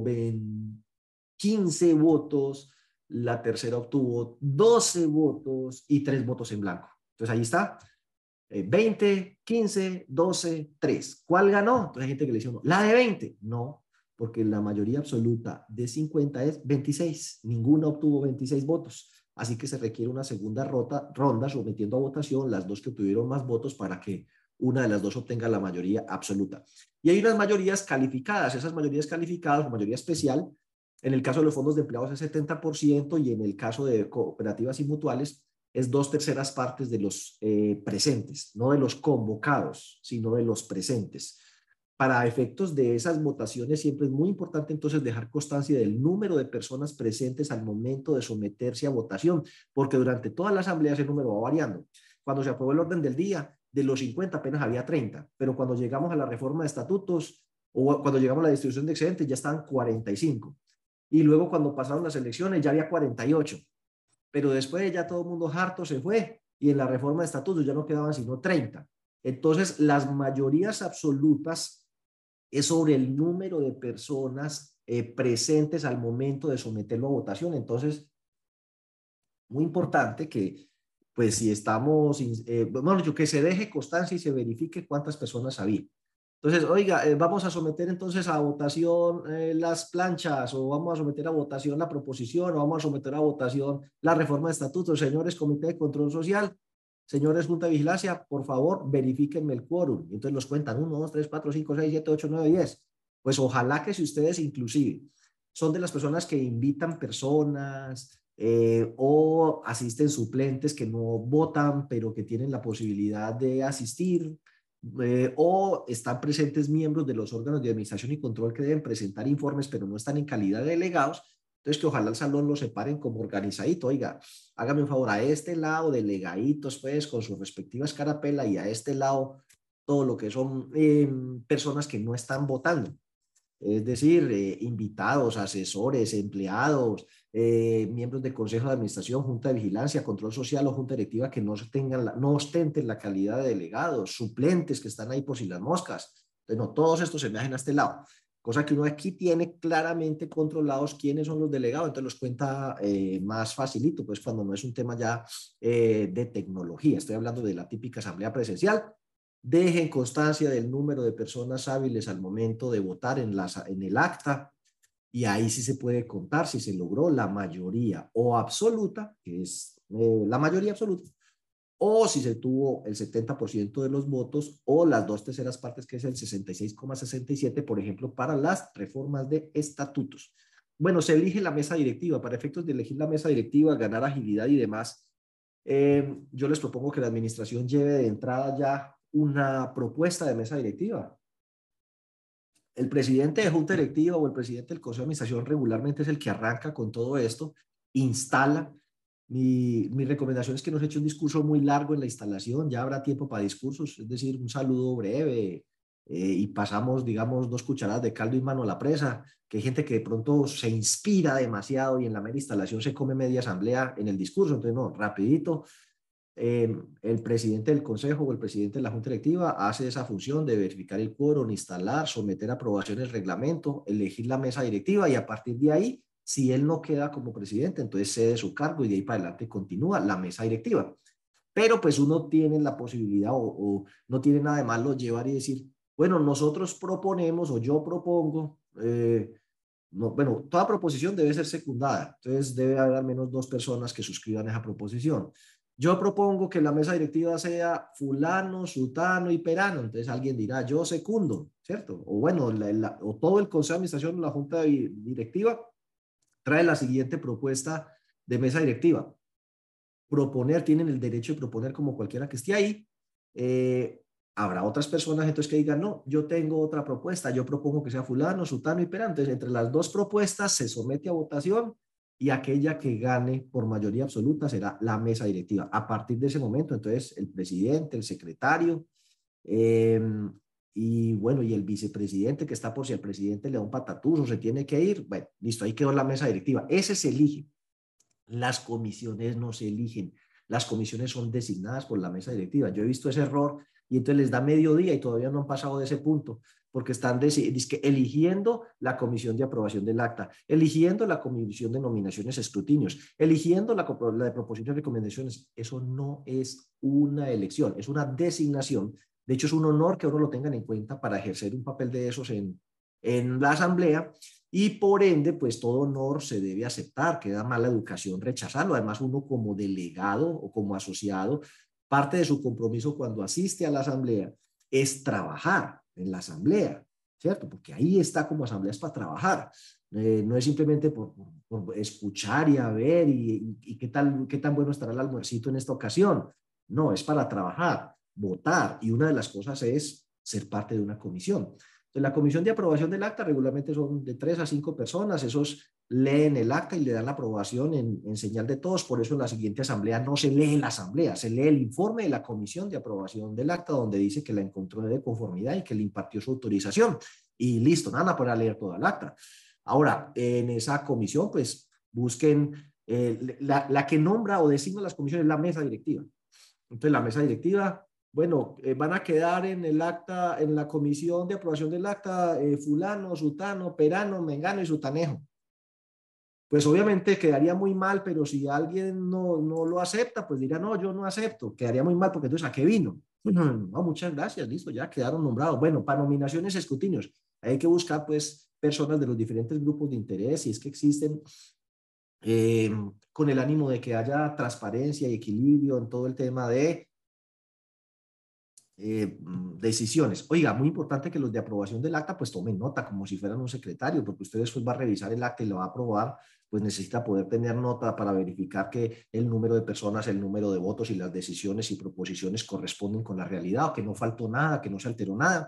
quince votos, la tercera obtuvo doce votos y tres votos en blanco. Entonces ahí está. veinte, quince, doce, tres. ¿Cuál ganó? Entonces hay gente que le dice, no, la de veinte. No, porque la mayoría absoluta de cincuenta es veintiséis. Ninguna obtuvo veintiséis votos. Así que se requiere una segunda rota, ronda sometiendo a votación las dos que obtuvieron más votos para que una de las dos obtenga la mayoría absoluta. Y hay unas mayorías calificadas. Esas mayorías calificadas o mayoría especial, en el caso de los fondos de empleados es setenta por ciento y en el caso de cooperativas y mutuales es dos terceras partes de los eh, presentes, no de los convocados, sino de los presentes. Para efectos de esas votaciones siempre es muy importante entonces dejar constancia del número de personas presentes al momento de someterse a votación, porque durante toda la asamblea ese número va variando. Cuando se aprobó el orden del día, de los cincuenta apenas había treinta, pero cuando llegamos a la reforma de estatutos o cuando llegamos a la distribución de excedentes ya estaban cuarenta y cinco. Y luego cuando pasaron las elecciones ya había cuarenta y ocho. Pero después ya todo el mundo harto se fue y en la reforma de estatutos ya no quedaban sino treinta. Entonces, las mayorías absolutas es sobre el número de personas eh, presentes al momento de someterlo a votación. Entonces, muy importante que, pues, si estamos, eh, bueno, yo que se deje constancia y se verifique cuántas personas había. Entonces, oiga, eh, vamos a someter entonces a votación eh, las planchas, o vamos a someter a votación la proposición, o vamos a someter a votación la reforma de estatutos. Señores, Comité de Control Social, señores, Junta de Vigilancia, por favor, verifíquenme el quórum. Entonces los cuentan uno, dos, tres, cuatro, cinco, seis, siete, ocho, nueve, diez. Pues ojalá que si ustedes inclusive son de las personas que invitan personas eh, o asisten suplentes que no votan, pero que tienen la posibilidad de asistir, eh, o están presentes miembros de los órganos de administración y control que deben presentar informes, pero no están en calidad de delegados, entonces que ojalá el salón lo separen como organizadito. Oiga, hágame un favor, a este lado delegaditos pues con sus respectivas carapelas y a este lado todo lo que son eh, personas que no están votando. Es decir, eh, invitados, asesores, empleados, eh, miembros de consejo de administración, junta de vigilancia, control social o junta directiva que no, tengan la, no ostenten la calidad de delegados, suplentes que están ahí por si las moscas. Entonces, no, todos estos se viajen a este lado. Cosa que uno aquí tiene claramente controlados quiénes son los delegados, entonces los cuenta eh, más facilito, pues cuando no es un tema ya eh, de tecnología. Estoy hablando de la típica asamblea presencial. Dejen constancia del número de personas hábiles al momento de votar en, las, en el acta, y ahí sí se puede contar si se logró la mayoría o absoluta, que es eh, la mayoría absoluta, o si se tuvo el setenta por ciento de los votos o las dos terceras partes, que es el sesenta y seis coma sesenta y siete, por ejemplo, para las reformas de estatutos. Bueno, se elige la mesa directiva. Para efectos de elegir la mesa directiva, ganar agilidad y demás, eh, yo les propongo que la administración lleve de entrada ya una propuesta de mesa directiva. El presidente de junta directiva o el presidente del consejo de administración regularmente es el que arranca con todo esto, instala. Mi, mi recomendación es que no se eche un discurso muy largo en la instalación, ya habrá tiempo para discursos, es decir, un saludo breve eh, y pasamos, digamos, dos cucharadas de caldo y mano a la presa, que hay gente que de pronto se inspira demasiado y en la mera instalación se come media asamblea en el discurso. Entonces, no, rapidito. Eh, el presidente del consejo o el presidente de la junta directiva hace esa función de verificar el quórum, instalar, someter a aprobación el reglamento, elegir la mesa directiva, y a partir de ahí, si él no queda como presidente, entonces cede su cargo y de ahí para adelante continúa la mesa directiva. Pero pues uno tiene la posibilidad o, o no tiene nada de malo llevar y decir, bueno, nosotros proponemos o yo propongo, eh, no, bueno, toda proposición debe ser secundada, entonces debe haber al menos dos personas que suscriban esa proposición. Yo propongo que la mesa directiva sea fulano, sutano y perano. Entonces alguien dirá, yo secundo, ¿cierto? O bueno, la, la, o todo el consejo de administración o la junta directiva trae la siguiente propuesta de mesa directiva. Proponer, tienen el derecho de proponer como cualquiera que esté ahí. Eh, habrá otras personas entonces que digan, no, yo tengo otra propuesta, yo propongo que sea fulano, sutano y perano. Entonces entre las dos propuestas se somete a votación y aquella que gane por mayoría absoluta será la mesa directiva. A partir de ese momento, entonces, el presidente, el secretario, eh, y bueno, y el vicepresidente que está por si el presidente le da un patatuzo, se tiene que ir, bueno, listo, ahí quedó la mesa directiva. Ese se elige. Las comisiones no se eligen. Las comisiones son designadas por la mesa directiva. Yo he visto ese error y entonces les da medio día y todavía no han pasado de ese punto, porque están eligiendo la comisión de aprobación del acta, eligiendo la comisión de nominaciones, escrutinios, eligiendo la, la de proposiciones y recomendaciones. Eso no es una elección, es una designación. De hecho, es un honor que uno lo tengan en cuenta para ejercer un papel de esos en, en la asamblea, y por ende, pues todo honor se debe aceptar, queda mala educación rechazarlo. Además, uno como delegado o como asociado, parte de su compromiso cuando asiste a la asamblea es trabajar en la asamblea, ¿cierto? Porque ahí está como asamblea, es para trabajar. Eh, no es simplemente por, por, por escuchar y a ver y, y, y qué, tal, qué tan bueno estará el almuercito en esta ocasión. No, es para trabajar, votar, y una de las cosas es ser parte de una comisión. La comisión de aprobación del acta regularmente son de tres a cinco personas. Esos leen el acta y le dan la aprobación en, en señal de todos. Por eso en la siguiente asamblea no se lee la asamblea, se lee el informe de la comisión de aprobación del acta donde dice que la encontró de conformidad y que le impartió su autorización. Y listo, nada para leer toda el acta. Ahora, en esa comisión, pues busquen, eh, la, la que nombra o designa las comisiones es la mesa directiva. Entonces, la mesa directiva, bueno, eh, van a quedar en el acta, en la comisión de aprobación del acta, eh, fulano, sutano, perano, mengano y sutanejo. Pues obviamente quedaría muy mal, pero si alguien no, no lo acepta, pues dirá, no, yo no acepto, quedaría muy mal porque entonces, ¿a qué vino? No, muchas gracias, listo, ya quedaron nombrados. Bueno, para nominaciones, escrutinios, hay que buscar pues personas de los diferentes grupos de interés, si es que existen, eh, con el ánimo de que haya transparencia y equilibrio en todo el tema de Eh, decisiones. Oiga, muy importante que los de aprobación del acta pues tomen nota como si fueran un secretario, porque usted después va a revisar el acta y lo va a aprobar, pues necesita poder tener nota para verificar que el número de personas, el número de votos y las decisiones y proposiciones corresponden con la realidad, o que no faltó nada, que no se alteró nada.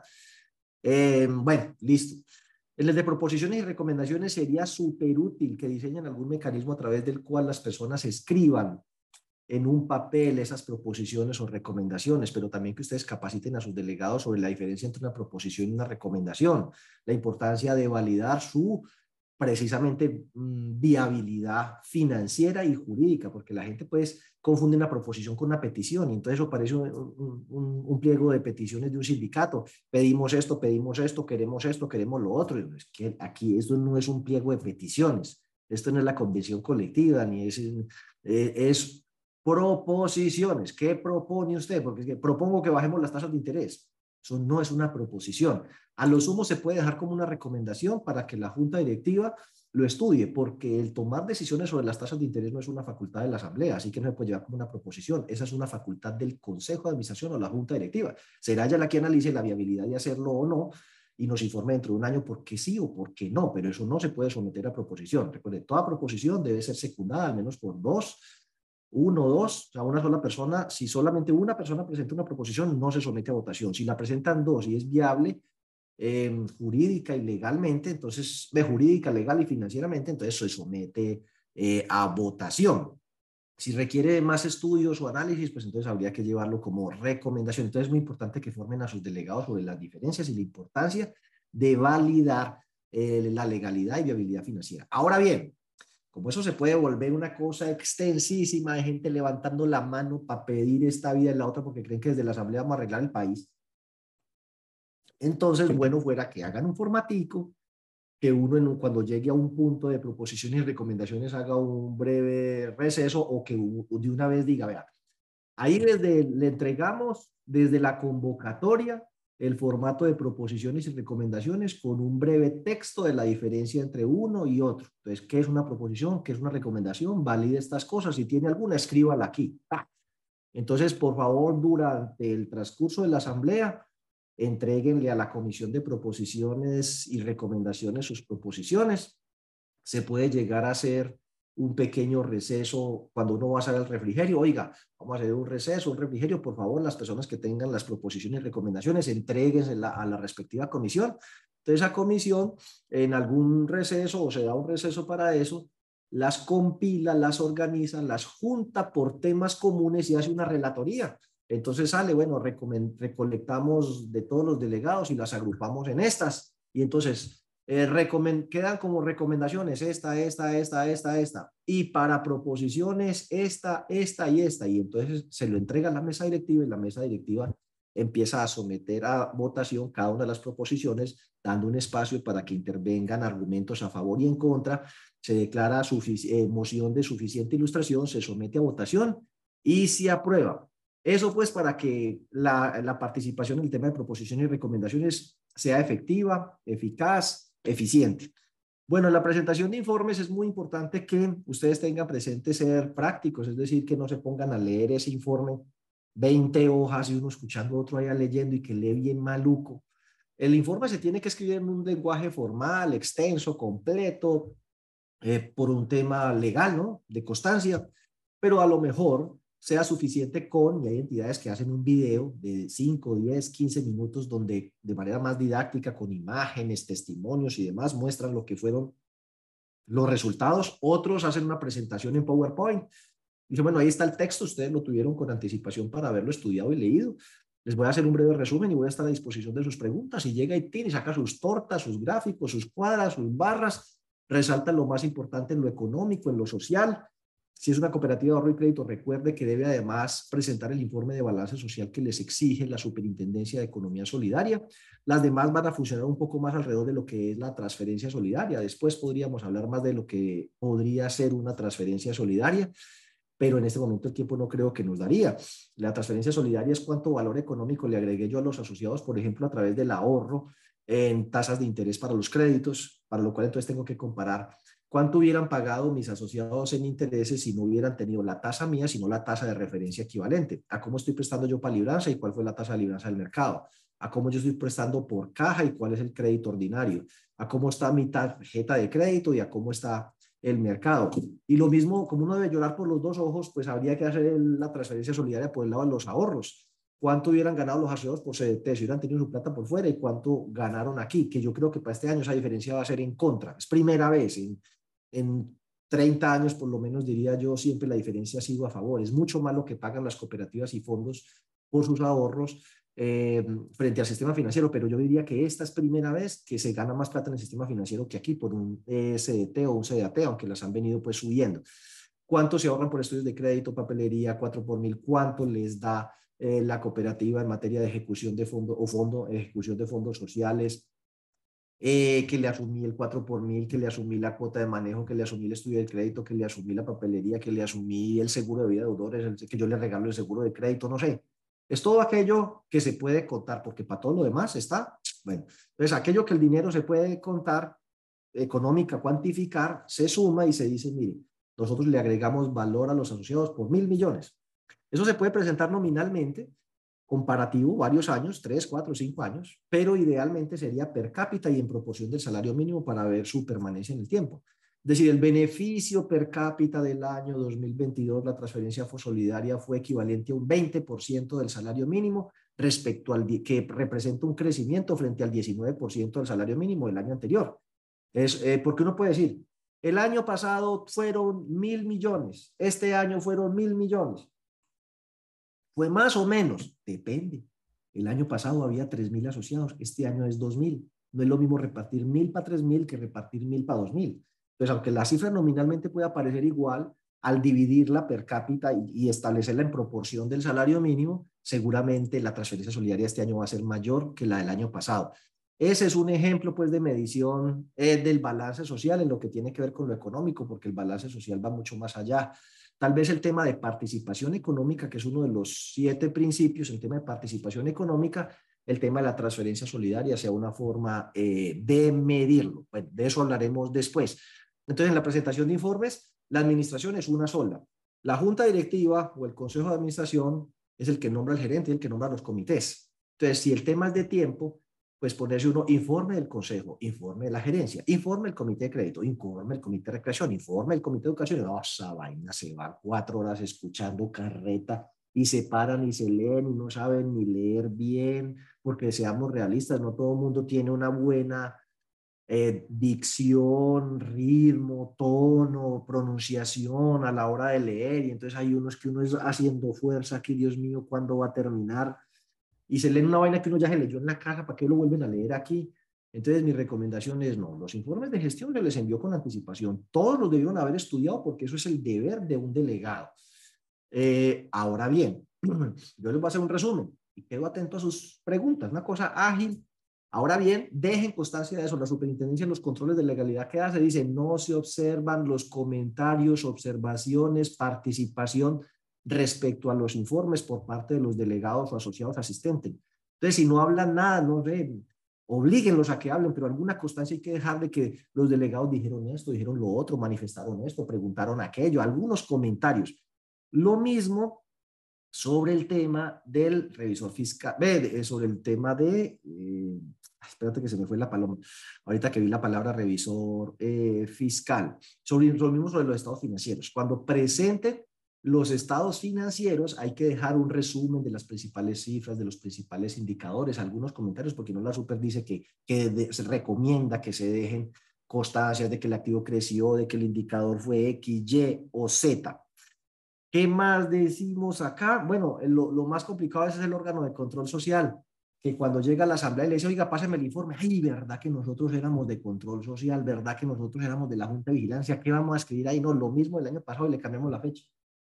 Eh, bueno, listo. En el de proposiciones y recomendaciones sería súper útil que diseñen algún mecanismo a través del cual las personas escriban en un papel esas proposiciones o recomendaciones, pero también que ustedes capaciten a sus delegados sobre la diferencia entre una proposición y una recomendación, la importancia de validar su precisamente mmm, viabilidad financiera y jurídica, porque la gente pues confunde una proposición con una petición y entonces eso parece un, un, un, un pliego de peticiones de un sindicato. Pedimos esto, pedimos esto, queremos esto, queremos lo otro. Y es que aquí esto no es un pliego de peticiones, esto no es la convención colectiva, ni es, eh, es proposiciones. ¿Qué propone usted? Porque es que propongo que bajemos las tasas de interés. Eso no es una proposición. A lo sumo se puede dejar como una recomendación para que la junta directiva lo estudie, porque el tomar decisiones sobre las tasas de interés no es una facultad de la asamblea, así que no se puede llevar como una proposición. Esa es una facultad del consejo de administración o la junta directiva. Será ella la que analice la viabilidad de hacerlo o no y nos informe dentro de un año por qué sí o por qué no, pero eso no se puede someter a proposición. Recuerde, toda proposición debe ser secundada al menos por dos, uno o dos, o sea, una sola persona. Si solamente una persona presenta una proposición, no se somete a votación. Si la presentan dos y es viable eh, jurídica y legalmente, entonces, de jurídica, legal y financieramente, entonces se somete eh, a votación. Si requiere más estudios o análisis, pues entonces habría que llevarlo como recomendación. Entonces es muy importante que formen a sus delegados sobre las diferencias y la importancia de validar eh, la legalidad y viabilidad financiera. Ahora bien, como eso se puede volver una cosa extensísima de gente levantando la mano para pedir esta vida y la otra porque creen que desde la asamblea vamos a arreglar el país, entonces bueno fuera que hagan un formatico, que uno en un, cuando llegue a un punto de proposiciones y recomendaciones haga un breve receso o que de una vez diga, vea, ahí desde le entregamos desde la convocatoria el formato de proposiciones y recomendaciones con un breve texto de la diferencia entre uno y otro. Entonces, ¿qué es una proposición? ¿Qué es una recomendación? Valide estas cosas. Si tiene alguna, escríbala aquí. ¡Ah! Entonces, por favor, durante el transcurso de la asamblea, entréguenle a la comisión de proposiciones y recomendaciones sus proposiciones. Se puede llegar a hacer un pequeño receso cuando uno va a salir al refrigerio. Oiga, vamos a hacer un receso, un refrigerio, por favor, las personas que tengan las proposiciones y recomendaciones, entréguense a la respectiva comisión. Entonces, esa comisión, en algún receso, o se da un receso para eso, las compila, las organiza, las junta por temas comunes y hace una relatoría. Entonces sale, bueno, recolectamos de todos los delegados y las agrupamos en estas. Y entonces eh, quedan como recomendaciones esta, esta, esta, esta, esta. Y para proposiciones esta, esta y esta. Y entonces se lo entrega a la mesa directiva y la mesa directiva empieza a someter a votación cada una de las proposiciones, dando un espacio para que intervengan argumentos a favor y en contra. Se declara eh, moción de suficiente ilustración, se somete a votación y se aprueba. Eso pues para que la, la participación en el tema de proposiciones y recomendaciones sea efectiva, eficaz, eficiente. Bueno, en la presentación de informes es muy importante que ustedes tengan presente ser prácticos, es decir, que no se pongan a leer ese informe veinte hojas y uno escuchando otro allá leyendo y que lee bien maluco. El informe se tiene que escribir en un lenguaje formal, extenso, completo, eh, por un tema legal, ¿no? De constancia, pero a lo mejor sea suficiente con, y hay entidades que hacen un video de cinco, diez, quince minutos donde de manera más didáctica, con imágenes, testimonios y demás, muestran lo que fueron los resultados, otros hacen una presentación en PowerPoint. Dice, bueno, ahí está el texto, ustedes lo tuvieron con anticipación para haberlo estudiado y leído. Les voy a hacer un breve resumen y voy a estar a disposición de sus preguntas. Y llega y tiene, saca sus tortas, sus gráficos, sus cuadras, sus barras, resalta lo más importante en lo económico, en lo social. Si es una cooperativa de ahorro y crédito, recuerde que debe además presentar el informe de balance social que les exige la Superintendencia de Economía Solidaria. Las demás van a funcionar un poco más alrededor de lo que es la transferencia solidaria. Después podríamos hablar más de lo que podría ser una transferencia solidaria, pero en este momento el tiempo no creo que nos daría. La transferencia solidaria es cuánto valor económico le agregué yo a los asociados, por ejemplo, a través del ahorro en tasas de interés para los créditos, para lo cual entonces tengo que comparar cuánto hubieran pagado mis asociados en intereses si no hubieran tenido la tasa mía, sino la tasa de referencia equivalente, a cómo estoy prestando yo para libranza y cuál fue la tasa de libranza del mercado, a cómo yo estoy prestando por caja y cuál es el crédito ordinario, a cómo está mi tarjeta de crédito y a cómo está el mercado. Y lo mismo, como uno debe llorar por los dos ojos, pues habría que hacer la transferencia solidaria por el lado de los ahorros. ¿Cuánto hubieran ganado los asociados por C D T si hubieran tenido su plata por fuera y cuánto ganaron aquí? Que yo creo que para este año esa diferencia va a ser en contra. Es primera vez en, en treinta años, por lo menos diría yo, siempre la diferencia ha sido a favor. Es mucho más lo que pagan las cooperativas y fondos por sus ahorros eh, frente al sistema financiero, pero yo diría que esta es primera vez que se gana más plata en el sistema financiero que aquí por un C D T o un C D A T, aunque las han venido pues subiendo. ¿Cuánto se ahorran por estudios de crédito, papelería, cuatro por mil? ¿Cuánto les da eh, la cooperativa en materia de ejecución de fondos o fondo, ejecución de fondos sociales? Eh, que le asumí el cuatro por mil, que le asumí la cuota de manejo, que le asumí el estudio de crédito, que le asumí la papelería, que le asumí el seguro de vida de deudores, el, que yo le regalo el seguro de crédito, no sé. Es todo aquello que se puede contar, porque para todo lo demás está, bueno, entonces aquello que el dinero se puede contar, económica, cuantificar, se suma y se dice, mire, nosotros le agregamos valor a los asociados por mil millones. Eso se puede presentar nominalmente, comparativo, varios años, tres, cuatro, cinco años, pero idealmente sería per cápita y en proporción del salario mínimo para ver su permanencia en el tiempo. Es decir, el beneficio per cápita del año dos mil veintidós, la transferencia solidaria fue equivalente a un veinte por ciento del salario mínimo respecto al que representa un crecimiento frente al diecinueve por ciento del salario mínimo del año anterior. Es, eh, porque uno puede decir, el año pasado fueron mil millones, este año fueron mil millones. ¿Fue más o menos? Depende. El año pasado había tres mil asociados, este año es dos mil. No es lo mismo repartir mil para tres mil que repartir mil para dos mil. Entonces, aunque la cifra nominalmente pueda parecer igual, al dividirla per cápita y, y establecerla en proporción del salario mínimo, seguramente la transferencia solidaria este año va a ser mayor que la del año pasado. Ese es un ejemplo pues de medición eh, del balance social en lo que tiene que ver con lo económico, porque el balance social va mucho más allá. Tal vez el tema de participación económica, que es uno de los siete principios, el tema de participación económica, el tema de la transferencia solidaria sea una forma eh, de medirlo. Bueno, de eso hablaremos después. Entonces, en la presentación de informes, la administración es una sola. La junta directiva o el consejo de administración es el que nombra al gerente y el que nombra los comités. Entonces, si el tema es de tiempo, pues ponerse uno informe del consejo, informe de la gerencia, informe del comité de crédito, informe del comité de recreación, informe del comité de educación. No, esa vaina se va cuatro horas escuchando carreta y se paran y se leen y no saben ni leer bien, porque seamos realistas, no todo el mundo tiene una buena eh, dicción, ritmo, tono, pronunciación a la hora de leer, y entonces hay unos que uno es haciendo fuerza, que Dios mío, ¿cuándo va a terminar? Y se leen una vaina que uno ya se leyó en la casa, ¿para qué lo vuelven a leer aquí? Entonces mi recomendación es no, los informes de gestión se les envió con anticipación, todos los debieron haber estudiado porque eso es el deber de un delegado. Eh, ahora bien, yo les voy a hacer un resumen y quedo atento a sus preguntas, una cosa ágil. Ahora bien, dejen constancia de eso, la superintendencia en los controles de legalidad que hace, dice no se observan los comentarios, observaciones, participación respecto a los informes por parte de los delegados o asociados asistentes. Entonces, si no hablan nada, no sé, oblíguenlos a que hablen, pero alguna constancia hay que dejar de que los delegados dijeron esto, dijeron lo otro, manifestaron esto, preguntaron aquello, algunos comentarios. Lo mismo sobre el tema del revisor fiscal, eh, sobre el tema de, eh, espérate que se me fue la paloma, ahorita que vi la palabra revisor eh, fiscal, sobre lo mismo sobre los estados financieros. Cuando presenten los estados financieros hay que dejar un resumen de las principales cifras, de los principales indicadores, algunos comentarios, porque no la super dice que, que de, se recomienda que se dejen constancias de que el activo creció, de que el indicador fue X, Y o Z. ¿Qué más decimos acá? Bueno, lo, lo más complicado es el órgano de control social, que cuando llega a la asamblea y le dice, oiga, páseme el informe, ay, ¿verdad que nosotros éramos de control social? ¿Verdad que nosotros éramos de la Junta de Vigilancia? ¿Qué vamos a escribir ahí? No, lo mismo del año pasado y le cambiamos la fecha.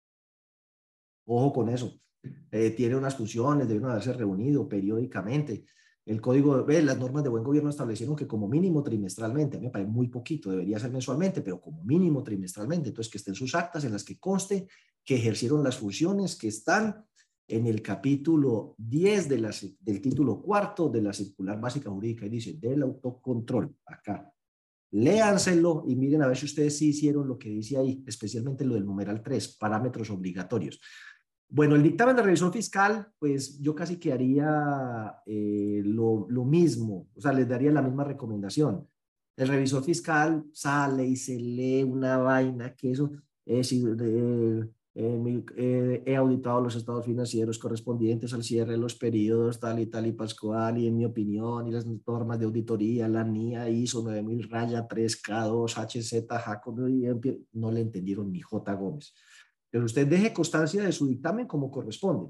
Ojo con eso. Eh, tiene unas funciones, deben haberse reunido periódicamente. El código, de, las normas de buen gobierno establecieron que como mínimo trimestralmente, a mí me parece muy poquito, debería ser mensualmente, pero como mínimo trimestralmente, entonces que estén sus actas en las que conste que ejercieron las funciones que están en el capítulo diez de la, del título cuarto de la circular básica jurídica y dice del autocontrol, acá. Léanselo y miren a ver si ustedes sí hicieron lo que dice ahí, especialmente lo del numeral tres, parámetros obligatorios. Bueno, el dictamen de revisión fiscal, pues yo casi que haría eh, lo, lo mismo, o sea, les daría la misma recomendación. El revisor fiscal sale y se lee una vaina que eso es, eh, eh, eh, he auditado los estados financieros correspondientes al cierre de los periodos tal y tal y pascual y en mi opinión y las normas de auditoría, la N I A, ISO nueve mil raya tres K dos, H Z, Jacob, no le entendieron ni J. Gómez. Pero usted deje constancia de su dictamen como corresponde,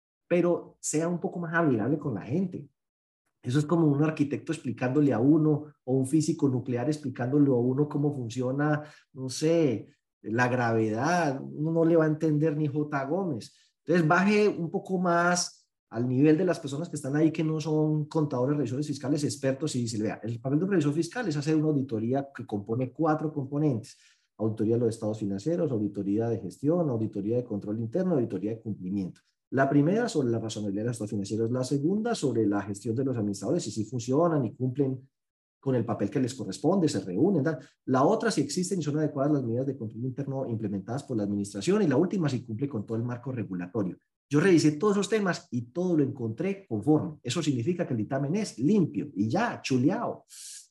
pero sea un poco más amigable con la gente. Eso es como un arquitecto explicándole a uno o un físico nuclear explicándole a uno cómo funciona, no sé, la gravedad. Uno no le va a entender ni J. Gómez. Entonces baje un poco más al nivel de las personas que están ahí que no son contadores, revisores fiscales expertos y dice, vea, el papel de un revisor fiscal es hacer una auditoría que compone cuatro componentes. Auditoría de los estados financieros, auditoría de gestión, auditoría de control interno, auditoría de cumplimiento. La primera sobre la razonabilidad de los estados financieros, la segunda sobre la gestión de los administradores, si sí funcionan y cumplen con el papel que les corresponde, se reúnen. ¿tal? La otra, si existen y son adecuadas las medidas de control interno implementadas por la administración. Y la última, si cumple con todo el marco regulatorio. Yo revisé todos esos temas y todo lo encontré conforme. Eso significa que el dictamen es limpio y ya, chuleado.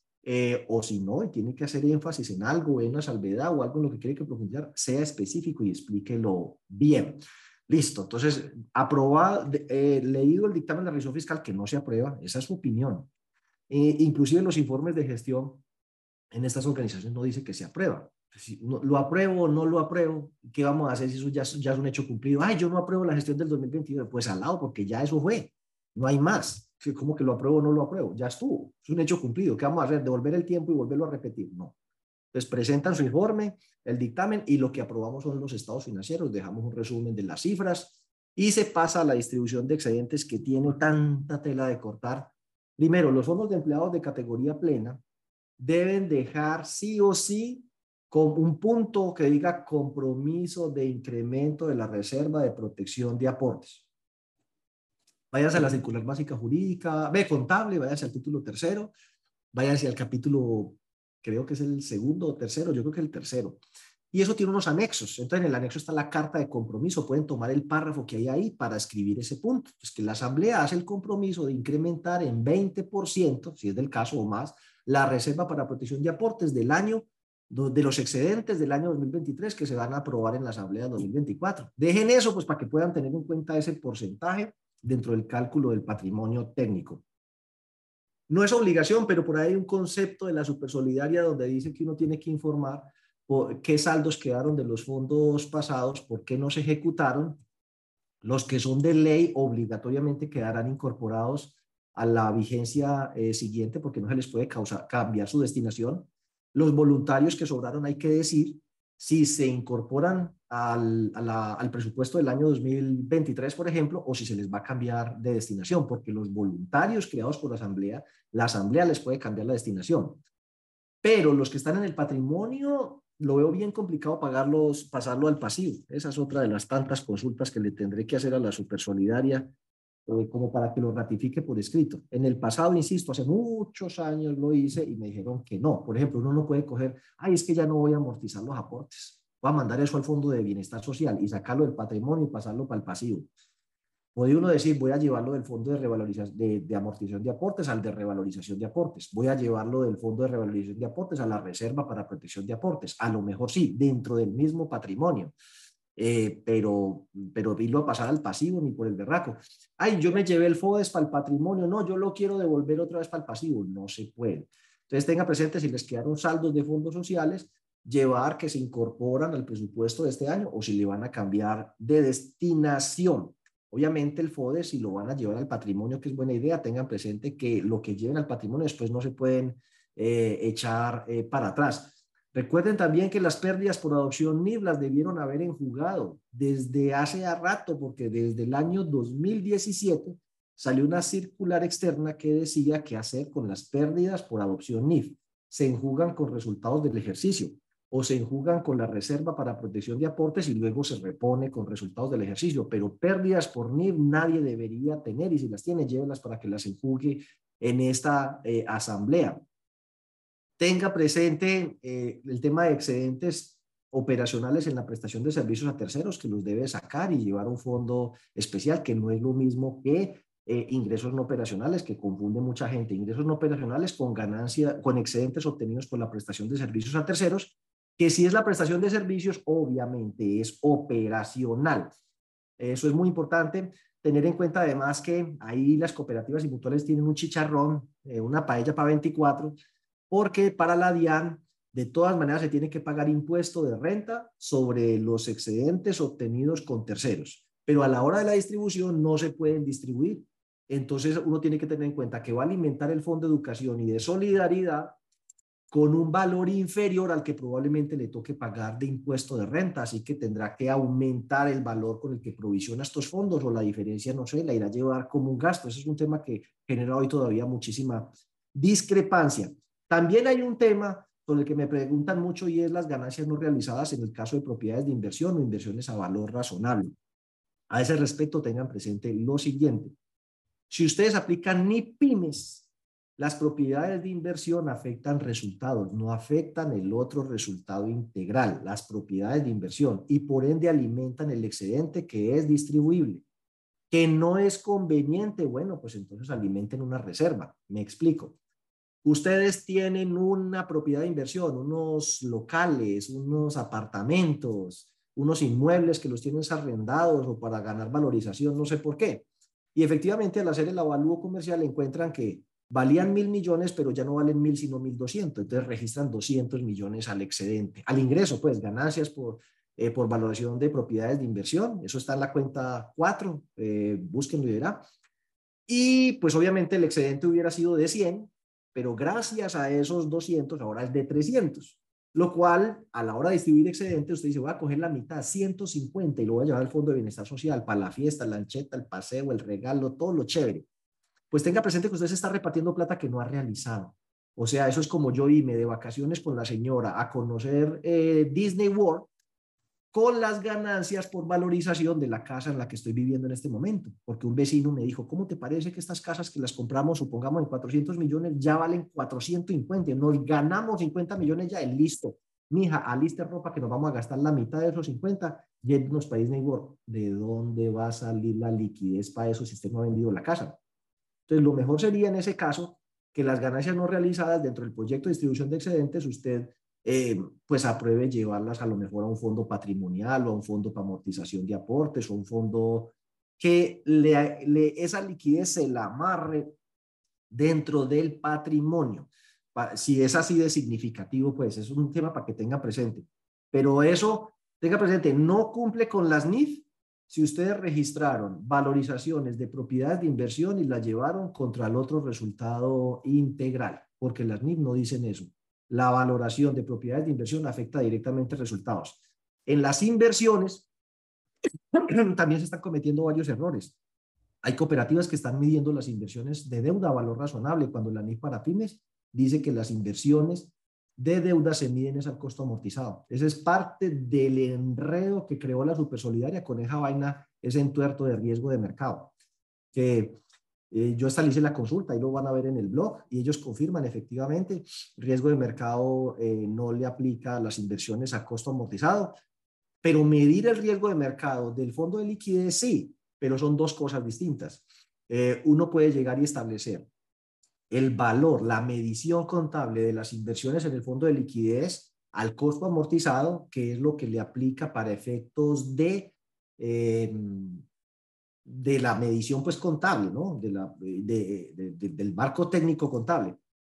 Eh, o si no, y tiene que hacer énfasis en algo, en una salvedad o algo en lo que quiere que profundizar, sea específico y explíquelo bien. Listo, entonces, aprobado, eh, leído el dictamen de la revisión fiscal, que no se aprueba, esa es su opinión. Eh, inclusive los informes de gestión en estas organizaciones no dice que se aprueba. Si no, lo apruebo o no lo apruebo, ¿qué vamos a hacer si eso ya, ya es un hecho cumplido? Ay, yo no apruebo la gestión del dos mil veintidós, pues al lado, porque ya eso fue, no hay más. ¿Cómo que lo apruebo o no lo apruebo? Ya estuvo, es un hecho cumplido. ¿Qué vamos a hacer? ¿Devolver el tiempo y volverlo a repetir? No. Entonces presentan su informe, el dictamen y lo que aprobamos son los estados financieros, dejamos un resumen de las cifras y se pasa a la distribución de excedentes que tiene tanta tela de cortar. Primero, los fondos de empleados de categoría plena deben dejar sí o sí con un punto que diga compromiso de incremento de la reserva de protección de aportes. Váyanse a la circular básica jurídica, ve contable, váyanse al título tercero, váyanse al capítulo, creo que es el segundo o tercero, yo creo que el tercero. Y eso tiene unos anexos. Entonces, en el anexo está la carta de compromiso. Pueden tomar el párrafo que hay ahí para escribir ese punto. Entonces, que la asamblea hace el compromiso de incrementar en veinte por ciento, si es del caso o más, la reserva para protección de aportes del año, de los excedentes del año dos mil veintitrés que se van a aprobar en la asamblea dos mil veinticuatro. Dejen eso, pues, para que puedan tener en cuenta ese porcentaje dentro del cálculo del patrimonio técnico. No es obligación, pero por ahí hay un concepto de la supersolidaria donde dice que uno tiene que informar qué saldos quedaron de los fondos pasados, por qué no se ejecutaron. Los que son de ley obligatoriamente quedarán incorporados a la vigencia eh, siguiente porque no se les puede causar, cambiar su destinación. Los voluntarios que sobraron hay que decir si se incorporan al, a la, al presupuesto del año dos mil veintitrés, por ejemplo, o si se les va a cambiar de destinación, porque los voluntarios creados por la asamblea, la asamblea les puede cambiar la destinación. Pero los que están en el patrimonio, lo veo bien complicado pagarlos, pasarlo al pasivo. Esa es otra de las tantas consultas que le tendré que hacer a la Supersolidaria, eh, como para que lo ratifique por escrito. En el pasado, insisto, hace muchos años lo hice y me dijeron que no. Por ejemplo, uno no puede coger, ay, es que ya no voy a amortizar los aportes. Voy a mandar eso al Fondo de Bienestar Social y sacarlo del patrimonio y pasarlo para el pasivo. Podría uno decir, voy a llevarlo del fondo de, revalorización, de, de amortización de aportes al de revalorización de aportes. Voy a llevarlo del fondo de revalorización de aportes a la reserva para protección de aportes. A lo mejor sí, dentro del mismo patrimonio. Eh, pero, pero irlo a pasar al pasivo ni por el berraco. Ay, yo me llevé el FODES para el patrimonio. No, yo lo quiero devolver otra vez para el pasivo. No se puede. Entonces tengan presente si les quedaron saldos de fondos sociales, llevar que se incorporan al presupuesto de este año o si le van a cambiar de destinación. Obviamente el FODE, si lo van a llevar al patrimonio, que es buena idea, tengan presente que lo que lleven al patrimonio después no se pueden eh, echar eh, para atrás. Recuerden también que las pérdidas por adopción N I F las debieron haber enjugado desde hace rato, porque desde el año dos mil diecisiete salió una circular externa que decía qué hacer con las pérdidas por adopción N I F. Se enjugan con resultados del ejercicio o se enjugan con la reserva para protección de aportes y luego se repone con resultados del ejercicio, pero pérdidas por N I F nadie debería tener y si las tiene, llévelas para que las enjugue en esta eh, asamblea. Tenga presente eh, el tema de excedentes operacionales en la prestación de servicios a terceros que los debe sacar y llevar a un fondo especial, que no es lo mismo que eh, ingresos no operacionales, que confunde mucha gente. Ingresos no operacionales con ganancia, con excedentes obtenidos por la prestación de servicios a terceros, que si es la prestación de servicios, obviamente es operacional. Eso es muy importante. Tener en cuenta además que ahí las cooperativas y mutuales tienen un chicharrón, eh, una paella para veinticuatro, porque para la DIAN de todas maneras se tiene que pagar impuesto de renta sobre los excedentes obtenidos con terceros, pero a la hora de la distribución no se pueden distribuir. Entonces uno tiene que tener en cuenta que va a alimentar el Fondo de Educación y de Solidaridad con un valor inferior al que probablemente le toque pagar de impuesto de renta, así que tendrá que aumentar el valor con el que provisiona estos fondos o la diferencia, no sé, la irá a llevar como un gasto. Ese es un tema que genera hoy todavía muchísima discrepancia. También hay un tema sobre el que me preguntan mucho y es las ganancias no realizadas en el caso de propiedades de inversión o inversiones a valor razonable. A ese respecto tengan presente lo siguiente. Si ustedes aplican N I PYMES, las propiedades de inversión afectan resultados, no afectan el otro resultado integral, las propiedades de inversión, y por ende alimentan el excedente que es distribuible. Que no es conveniente, bueno, pues entonces alimenten una reserva. Me explico. Ustedes tienen una propiedad de inversión, unos locales, unos apartamentos, unos inmuebles que los tienen arrendados o para ganar valorización, no sé por qué. Y efectivamente al hacer el avalúo comercial encuentran que valían mil millones, pero ya no valen mil, sino mil doscientos. Entonces registran doscientos millones al excedente, al ingreso, pues ganancias por, eh, por valoración de propiedades de inversión. Eso está en la cuenta cuatro, eh, búsquenlo y verá. Y pues obviamente el excedente hubiera sido de cien, pero gracias a esos doscientos ahora es de trescientos. Lo cual, a la hora de distribuir excedente, usted dice, voy a coger la mitad, ciento cincuenta, y lo voy a llevar al Fondo de Bienestar Social, para la fiesta, la lancheta, el paseo, el regalo, todo lo chévere. Pues tenga presente que usted se está repartiendo plata que no ha realizado. O sea, eso es como yo irme de vacaciones con la señora a conocer eh, Disney World con las ganancias por valorización de la casa en la que estoy viviendo en este momento. Porque un vecino me dijo, ¿cómo te parece que estas casas que las compramos, supongamos en cuatrocientos millones, ya valen cuatrocientos cincuenta? Nos ganamos cincuenta millones ya, y listo. Mija, aliste ropa que nos vamos a gastar la mitad de esos cincuenta, yéndonos para Disney World. ¿De dónde va a salir la liquidez para eso si usted no ha vendido la casa? Entonces, lo mejor sería en ese caso que las ganancias no realizadas dentro del proyecto de distribución de excedentes, usted eh, pues apruebe llevarlas a lo mejor a un fondo patrimonial o a un fondo para amortización de aportes o un fondo que le, le, esa liquidez se la amarre dentro del patrimonio. Si es así de significativo, pues es un tema para que tenga presente. Pero eso, tenga presente, no cumple con las N I F si ustedes registraron valorizaciones de propiedades de inversión y las llevaron contra el otro resultado integral, porque las N I F no dicen eso. La valoración de propiedades de inversión afecta directamente resultados. En las inversiones también se están cometiendo varios errores. Hay cooperativas que están midiendo las inversiones de deuda a valor razonable, cuando la N I F para pymes dice que las inversiones de deuda se miden es al costo amortizado. Ese es parte del enredo que creó la Supersolidaria con esa vaina, ese entuerto de riesgo de mercado. Que eh, yo establece la consulta, ahí lo van a ver en el blog, y ellos confirman efectivamente, riesgo de mercado eh, no le aplica a las inversiones a costo amortizado, pero medir el riesgo de mercado del fondo de liquidez sí, pero son dos cosas distintas. Eh, uno puede llegar y establecer el valor, la medición contable de las inversiones en el fondo de liquidez al costo amortizado, que es lo que le aplica para efectos de, eh, de la medición pues contable, ¿no? De la, de, de, de, del marco técnico contable.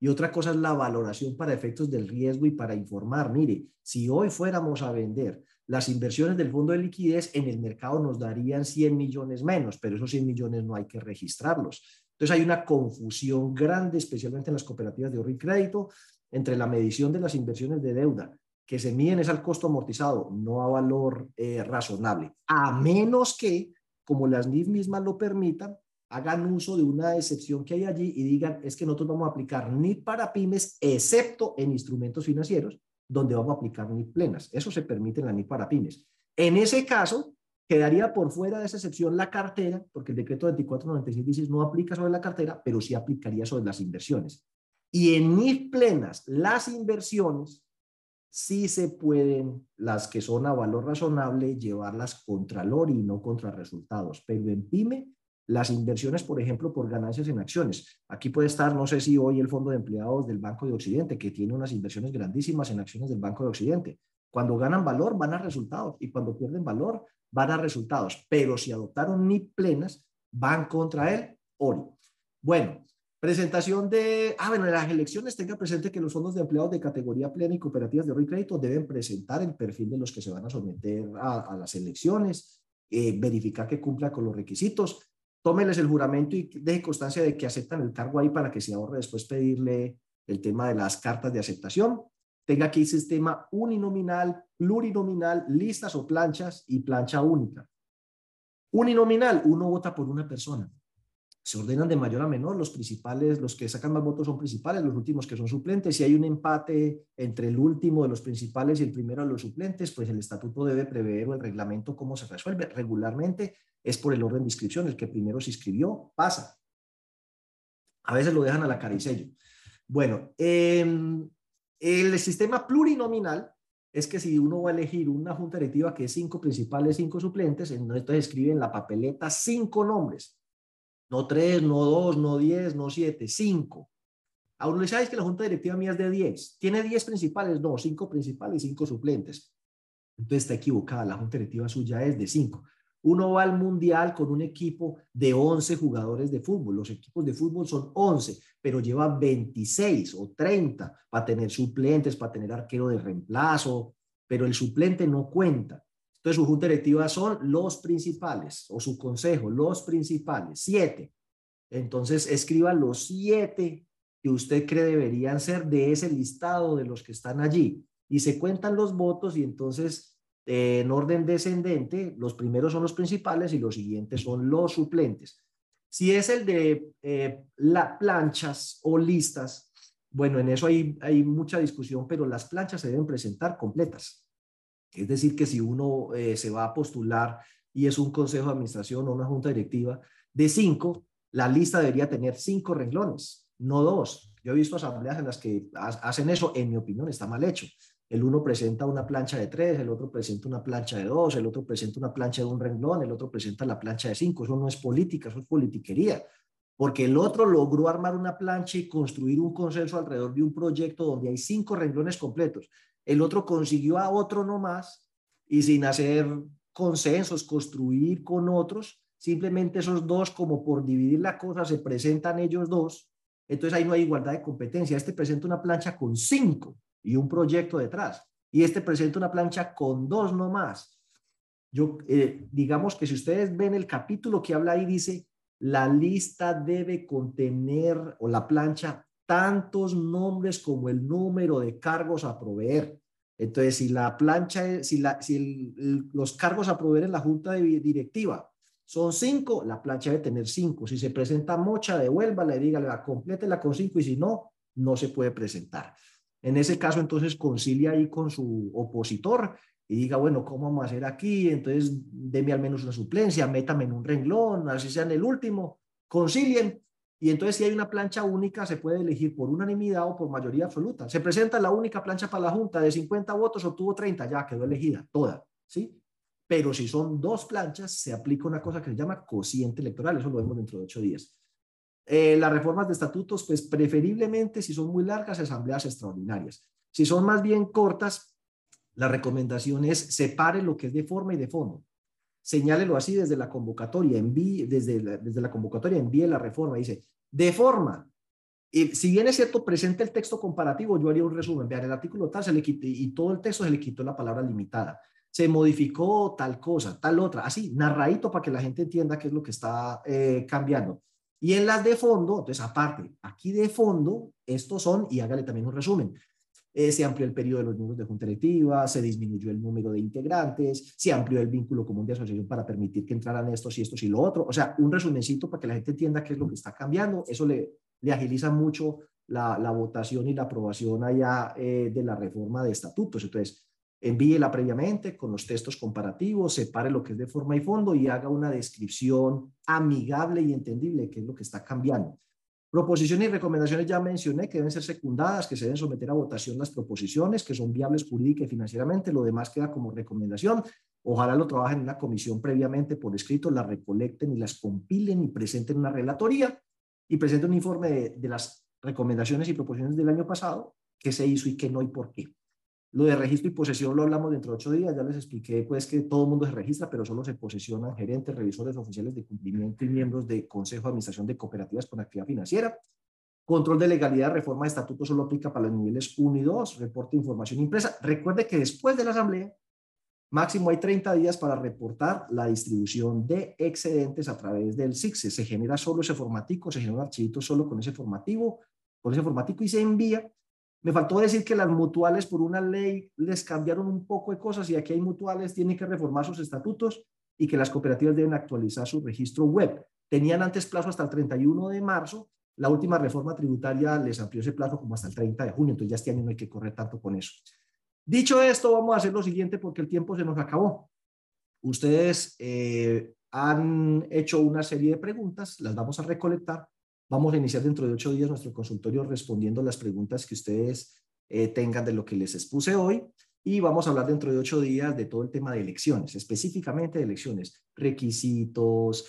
y otra cosa es la valoración para efectos del riesgo y para informar. Mire, si hoy fuéramos a vender las inversiones del fondo de liquidez, en el mercado nos darían cien millones menos, pero esos cien millones no hay que registrarlos. Entonces hay una confusión grande, especialmente en las cooperativas de ahorro y crédito, entre la medición de las inversiones de deuda, que se miden es al costo amortizado, no a valor eh, razonable, a menos que, como las N I F mismas lo permitan, hagan uso de una excepción que hay allí y digan, es que nosotros vamos a aplicar N I F para pymes, excepto en instrumentos financieros, donde vamos a aplicar N I F plenas. Eso se permite en la N I F para pymes. En ese caso, quedaría por fuera de esa excepción la cartera, porque el decreto veinticuatro noventa y seis dice no aplica sobre la cartera, pero sí aplicaría sobre las inversiones. Y en N I F plenas, las inversiones sí se pueden, las que son a valor razonable, llevarlas contra Lori y no contra resultados. Pero en PYME, las inversiones, por ejemplo, por ganancias en acciones. Aquí puede estar, no sé si hoy el Fondo de Empleados del Banco de Occidente, que tiene unas inversiones grandísimas en acciones del Banco de Occidente. Cuando ganan valor, van a resultados, y cuando pierden valor, van a resultados. Pero si adoptaron N I F plenas, van contra el Ori. Bueno, presentación de, ah, bueno, en las elecciones tenga presente que los fondos de empleados de categoría plena y cooperativas de ahorro y crédito deben presentar el perfil de los que se van a someter a, a las elecciones, eh, verificar que cumpla con los requisitos, tómeles el juramento y deje constancia de que aceptan el cargo ahí para que se ahorre después pedirle el tema de las cartas de aceptación. Tenga aquí sistema uninominal, plurinominal, listas o planchas y plancha única. Uninominal, uno vota por una persona. Se ordenan de mayor a menor, los principales, los que sacan más votos son principales, los últimos que son suplentes. Si hay un empate entre el último de los principales y el primero de los suplentes, pues el estatuto debe prever o el reglamento cómo se resuelve. Regularmente es por el orden de inscripción, el que primero se inscribió pasa. A veces lo dejan a la cara y sello. Bueno, eh, el sistema plurinominal es que si uno va a elegir una junta directiva que es cinco principales, cinco suplentes, entonces escribe en la papeleta cinco nombres. No tres, no dos, no diez, no siete, cinco. A uno le dice, que la junta directiva mía es de diez. ¿Tiene diez principales? No, cinco principales y cinco suplentes. Entonces está equivocada, la junta directiva suya es de cinco. Uno va al mundial con un equipo de once jugadores de fútbol. Los equipos de fútbol son once, pero llevan veintiséis o treinta para tener suplentes, para tener arquero de reemplazo, pero el suplente no cuenta. Entonces, su junta directiva son los principales, o su consejo, los principales, siete. Entonces, escriba los siete que usted cree deberían ser de ese listado de los que están allí. Y se cuentan los votos y entonces, eh, en orden descendente, los primeros son los principales y los siguientes son los suplentes. Si es el de eh, la, planchas o listas, bueno, en eso hay, hay mucha discusión, pero las planchas se deben presentar completas. Es decir, que si uno eh, se va a postular y es un consejo de administración o una junta directiva de cinco, la lista debería tener cinco renglones, no dos. Yo he visto asambleas en las que hacen eso, en mi opinión está mal hecho. El uno presenta una plancha de tres, el otro presenta una plancha de dos, el otro presenta una plancha de un renglón, el otro presenta la plancha de cinco. Eso no es política, eso es politiquería. Porque el otro logró armar una plancha y construir un consenso alrededor de un proyecto donde hay cinco renglones completos. El otro consiguió a otro nomás y sin hacer consensos, construir con otros, simplemente esos dos, como por dividir la cosa, se presentan ellos dos. Entonces ahí no hay igualdad de competencia. Este presenta una plancha con cinco y un proyecto detrás, y este presenta una plancha con dos nomás. Yo, eh, digamos que si ustedes ven el capítulo que habla ahí, dice, la lista debe contener, o la plancha, tantos nombres como el número de cargos a proveer. Entonces, si la plancha, si, la, si el, el, los cargos a proveer en la junta de directiva son cinco, la plancha debe tener cinco. Si se presenta mocha, devuélvala y dígale, complétela con cinco, y si no, no se puede presentar. En ese caso, entonces, concilia ahí con su opositor y diga, bueno, ¿cómo vamos a hacer aquí? Entonces, deme al menos una suplencia, métame en un renglón, así sea en el último, concilien. Y entonces, si hay una plancha única, se puede elegir por unanimidad o por mayoría absoluta. Se presenta la única plancha para la Junta, de cincuenta votos obtuvo treinta, ya quedó elegida, toda, ¿sí? Pero si son dos planchas, se aplica una cosa que se llama cociente electoral, eso lo vemos dentro de ocho días. Eh, las reformas de estatutos, pues preferiblemente, si son muy largas, asambleas extraordinarias. Si son más bien cortas, la recomendación es separe lo que es de forma y de fondo. Señálelo así desde la convocatoria, envíe, desde la, desde la convocatoria envíe la reforma. Dice, de forma, Y si bien es cierto, presenta el texto comparativo, yo haría un resumen. Vean, el artículo tal se le quitó, y todo el texto se le quitó la palabra limitada. Se modificó tal cosa, tal otra, así, narradito para que la gente entienda qué es lo que está eh, cambiando. Y en las de fondo, entonces aparte, aquí de fondo, estos son, y hágale también un resumen. Eh, se amplió el periodo de los miembros de junta directiva, se disminuyó el número de integrantes, se amplió el vínculo común de asociación para permitir que entraran estos y estos y lo otro. O sea, un resumencito para que la gente entienda qué es lo que está cambiando. Eso le, le agiliza mucho la, la votación y la aprobación allá eh, de la reforma de estatutos. Entonces, envíela previamente con los textos comparativos, separe lo que es de forma y fondo y haga una descripción amigable y entendible de qué es lo que está cambiando. Proposiciones y recomendaciones ya mencioné que deben ser secundadas, que se deben someter a votación las proposiciones, que son viables jurídica y financieramente, lo demás queda como recomendación. Ojalá lo trabajen en una comisión previamente por escrito, las recolecten y las compilen y presenten una relatoría y presenten un informe de, de las recomendaciones y proposiciones del año pasado, qué se hizo y qué no y por qué. Lo de registro y posesión lo hablamos dentro de ocho días, ya les expliqué pues que todo el mundo se registra, pero solo se posesionan gerentes, revisores oficiales de cumplimiento y miembros de consejo de administración de cooperativas con actividad financiera. Control de legalidad, reforma de estatuto solo aplica para los niveles uno y dos, reporte de información impresa. Recuerde que después de la asamblea, máximo hay treinta días para reportar la distribución de excedentes a través del S I C S E. Se genera solo ese formatico, se genera un archivito solo con ese formativo, con ese formatico y se envía. Me faltó decir que las mutuales por una ley les cambiaron un poco de cosas y aquí hay mutuales, tienen que reformar sus estatutos y que las cooperativas deben actualizar su registro web. Tenían antes plazo hasta el treinta y uno de marzo, la última reforma tributaria les amplió ese plazo como hasta el treinta de junio, entonces ya este año no hay que correr tanto con eso. Dicho esto, vamos a hacer lo siguiente porque el tiempo se nos acabó. Ustedes eh, han hecho una serie de preguntas, las vamos a recolectar. Vamos a iniciar dentro de ocho días nuestro consultorio respondiendo las preguntas que ustedes eh, tengan de lo que les expuse hoy y vamos a hablar dentro de ocho días de todo el tema de elecciones, específicamente de elecciones, requisitos,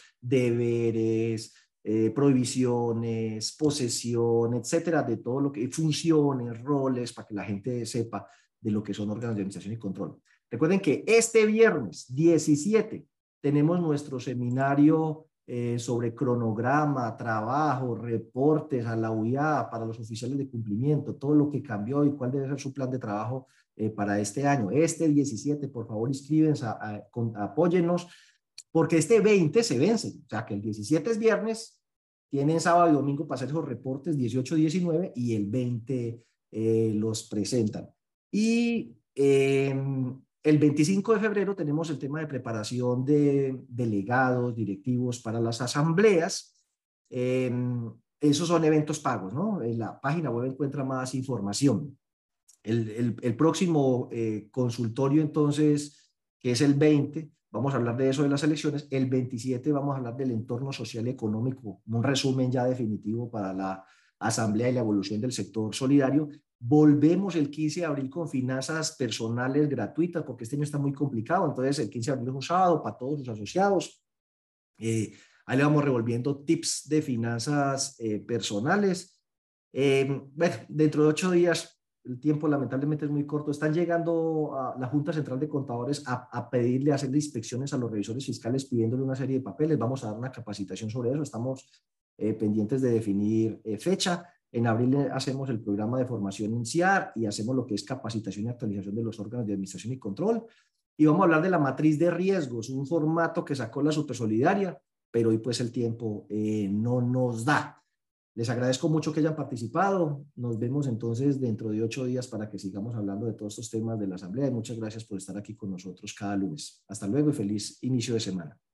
deberes, eh, prohibiciones, posesión, etcétera, de todo lo que funciones, roles, para que la gente sepa de lo que son órganos de administración y control. Recuerden que este viernes diecisiete tenemos nuestro seminario Eh, sobre cronograma, trabajo, reportes a la U I A para los oficiales de cumplimiento, todo lo que cambió y cuál debe ser su plan de trabajo eh, para este año. Este diecisiete, por favor, inscríbense, a, a, con, apóyennos, porque este veinte se vence, o sea que el diecisiete es viernes, tienen sábado y domingo para hacer esos reportes, dieciocho, diecinueve, y el veinte eh, los presentan. Y eh, el veinticinco de febrero tenemos el tema de preparación de delegados, directivos para las asambleas. Eh, esos son eventos pagos, ¿no? En la página web encuentra más información. El, el, el próximo eh, consultorio, entonces, que es el veinte, vamos a hablar de eso de las elecciones. El veintisiete vamos a hablar del entorno social y económico, un resumen ya definitivo para la asamblea y la evolución del sector solidario. Volvemos el quince de abril con finanzas personales gratuitas, porque este año está muy complicado. Entonces, el quince de abril es un sábado para todos sus asociados. Eh, ahí le vamos revolviendo tips de finanzas eh, personales. Eh, bueno, dentro de ocho días, el tiempo lamentablemente es muy corto, están llegando a la Junta Central de Contadores a, a pedirle, a hacerle inspecciones a los revisores fiscales pidiéndole una serie de papeles. Vamos a dar una capacitación sobre eso. Estamos eh, pendientes de definir eh, fecha. En abril hacemos el programa de formación inicial y hacemos lo que es capacitación y actualización de los órganos de administración y control. Y vamos a hablar de la matriz de riesgos, un formato que sacó la Supersolidaria, pero hoy pues el tiempo eh, no nos da. Les agradezco mucho que hayan participado. Nos vemos entonces dentro de ocho días para que sigamos hablando de todos estos temas de la Asamblea. Y muchas gracias por estar aquí con nosotros cada lunes. Hasta luego y feliz inicio de semana.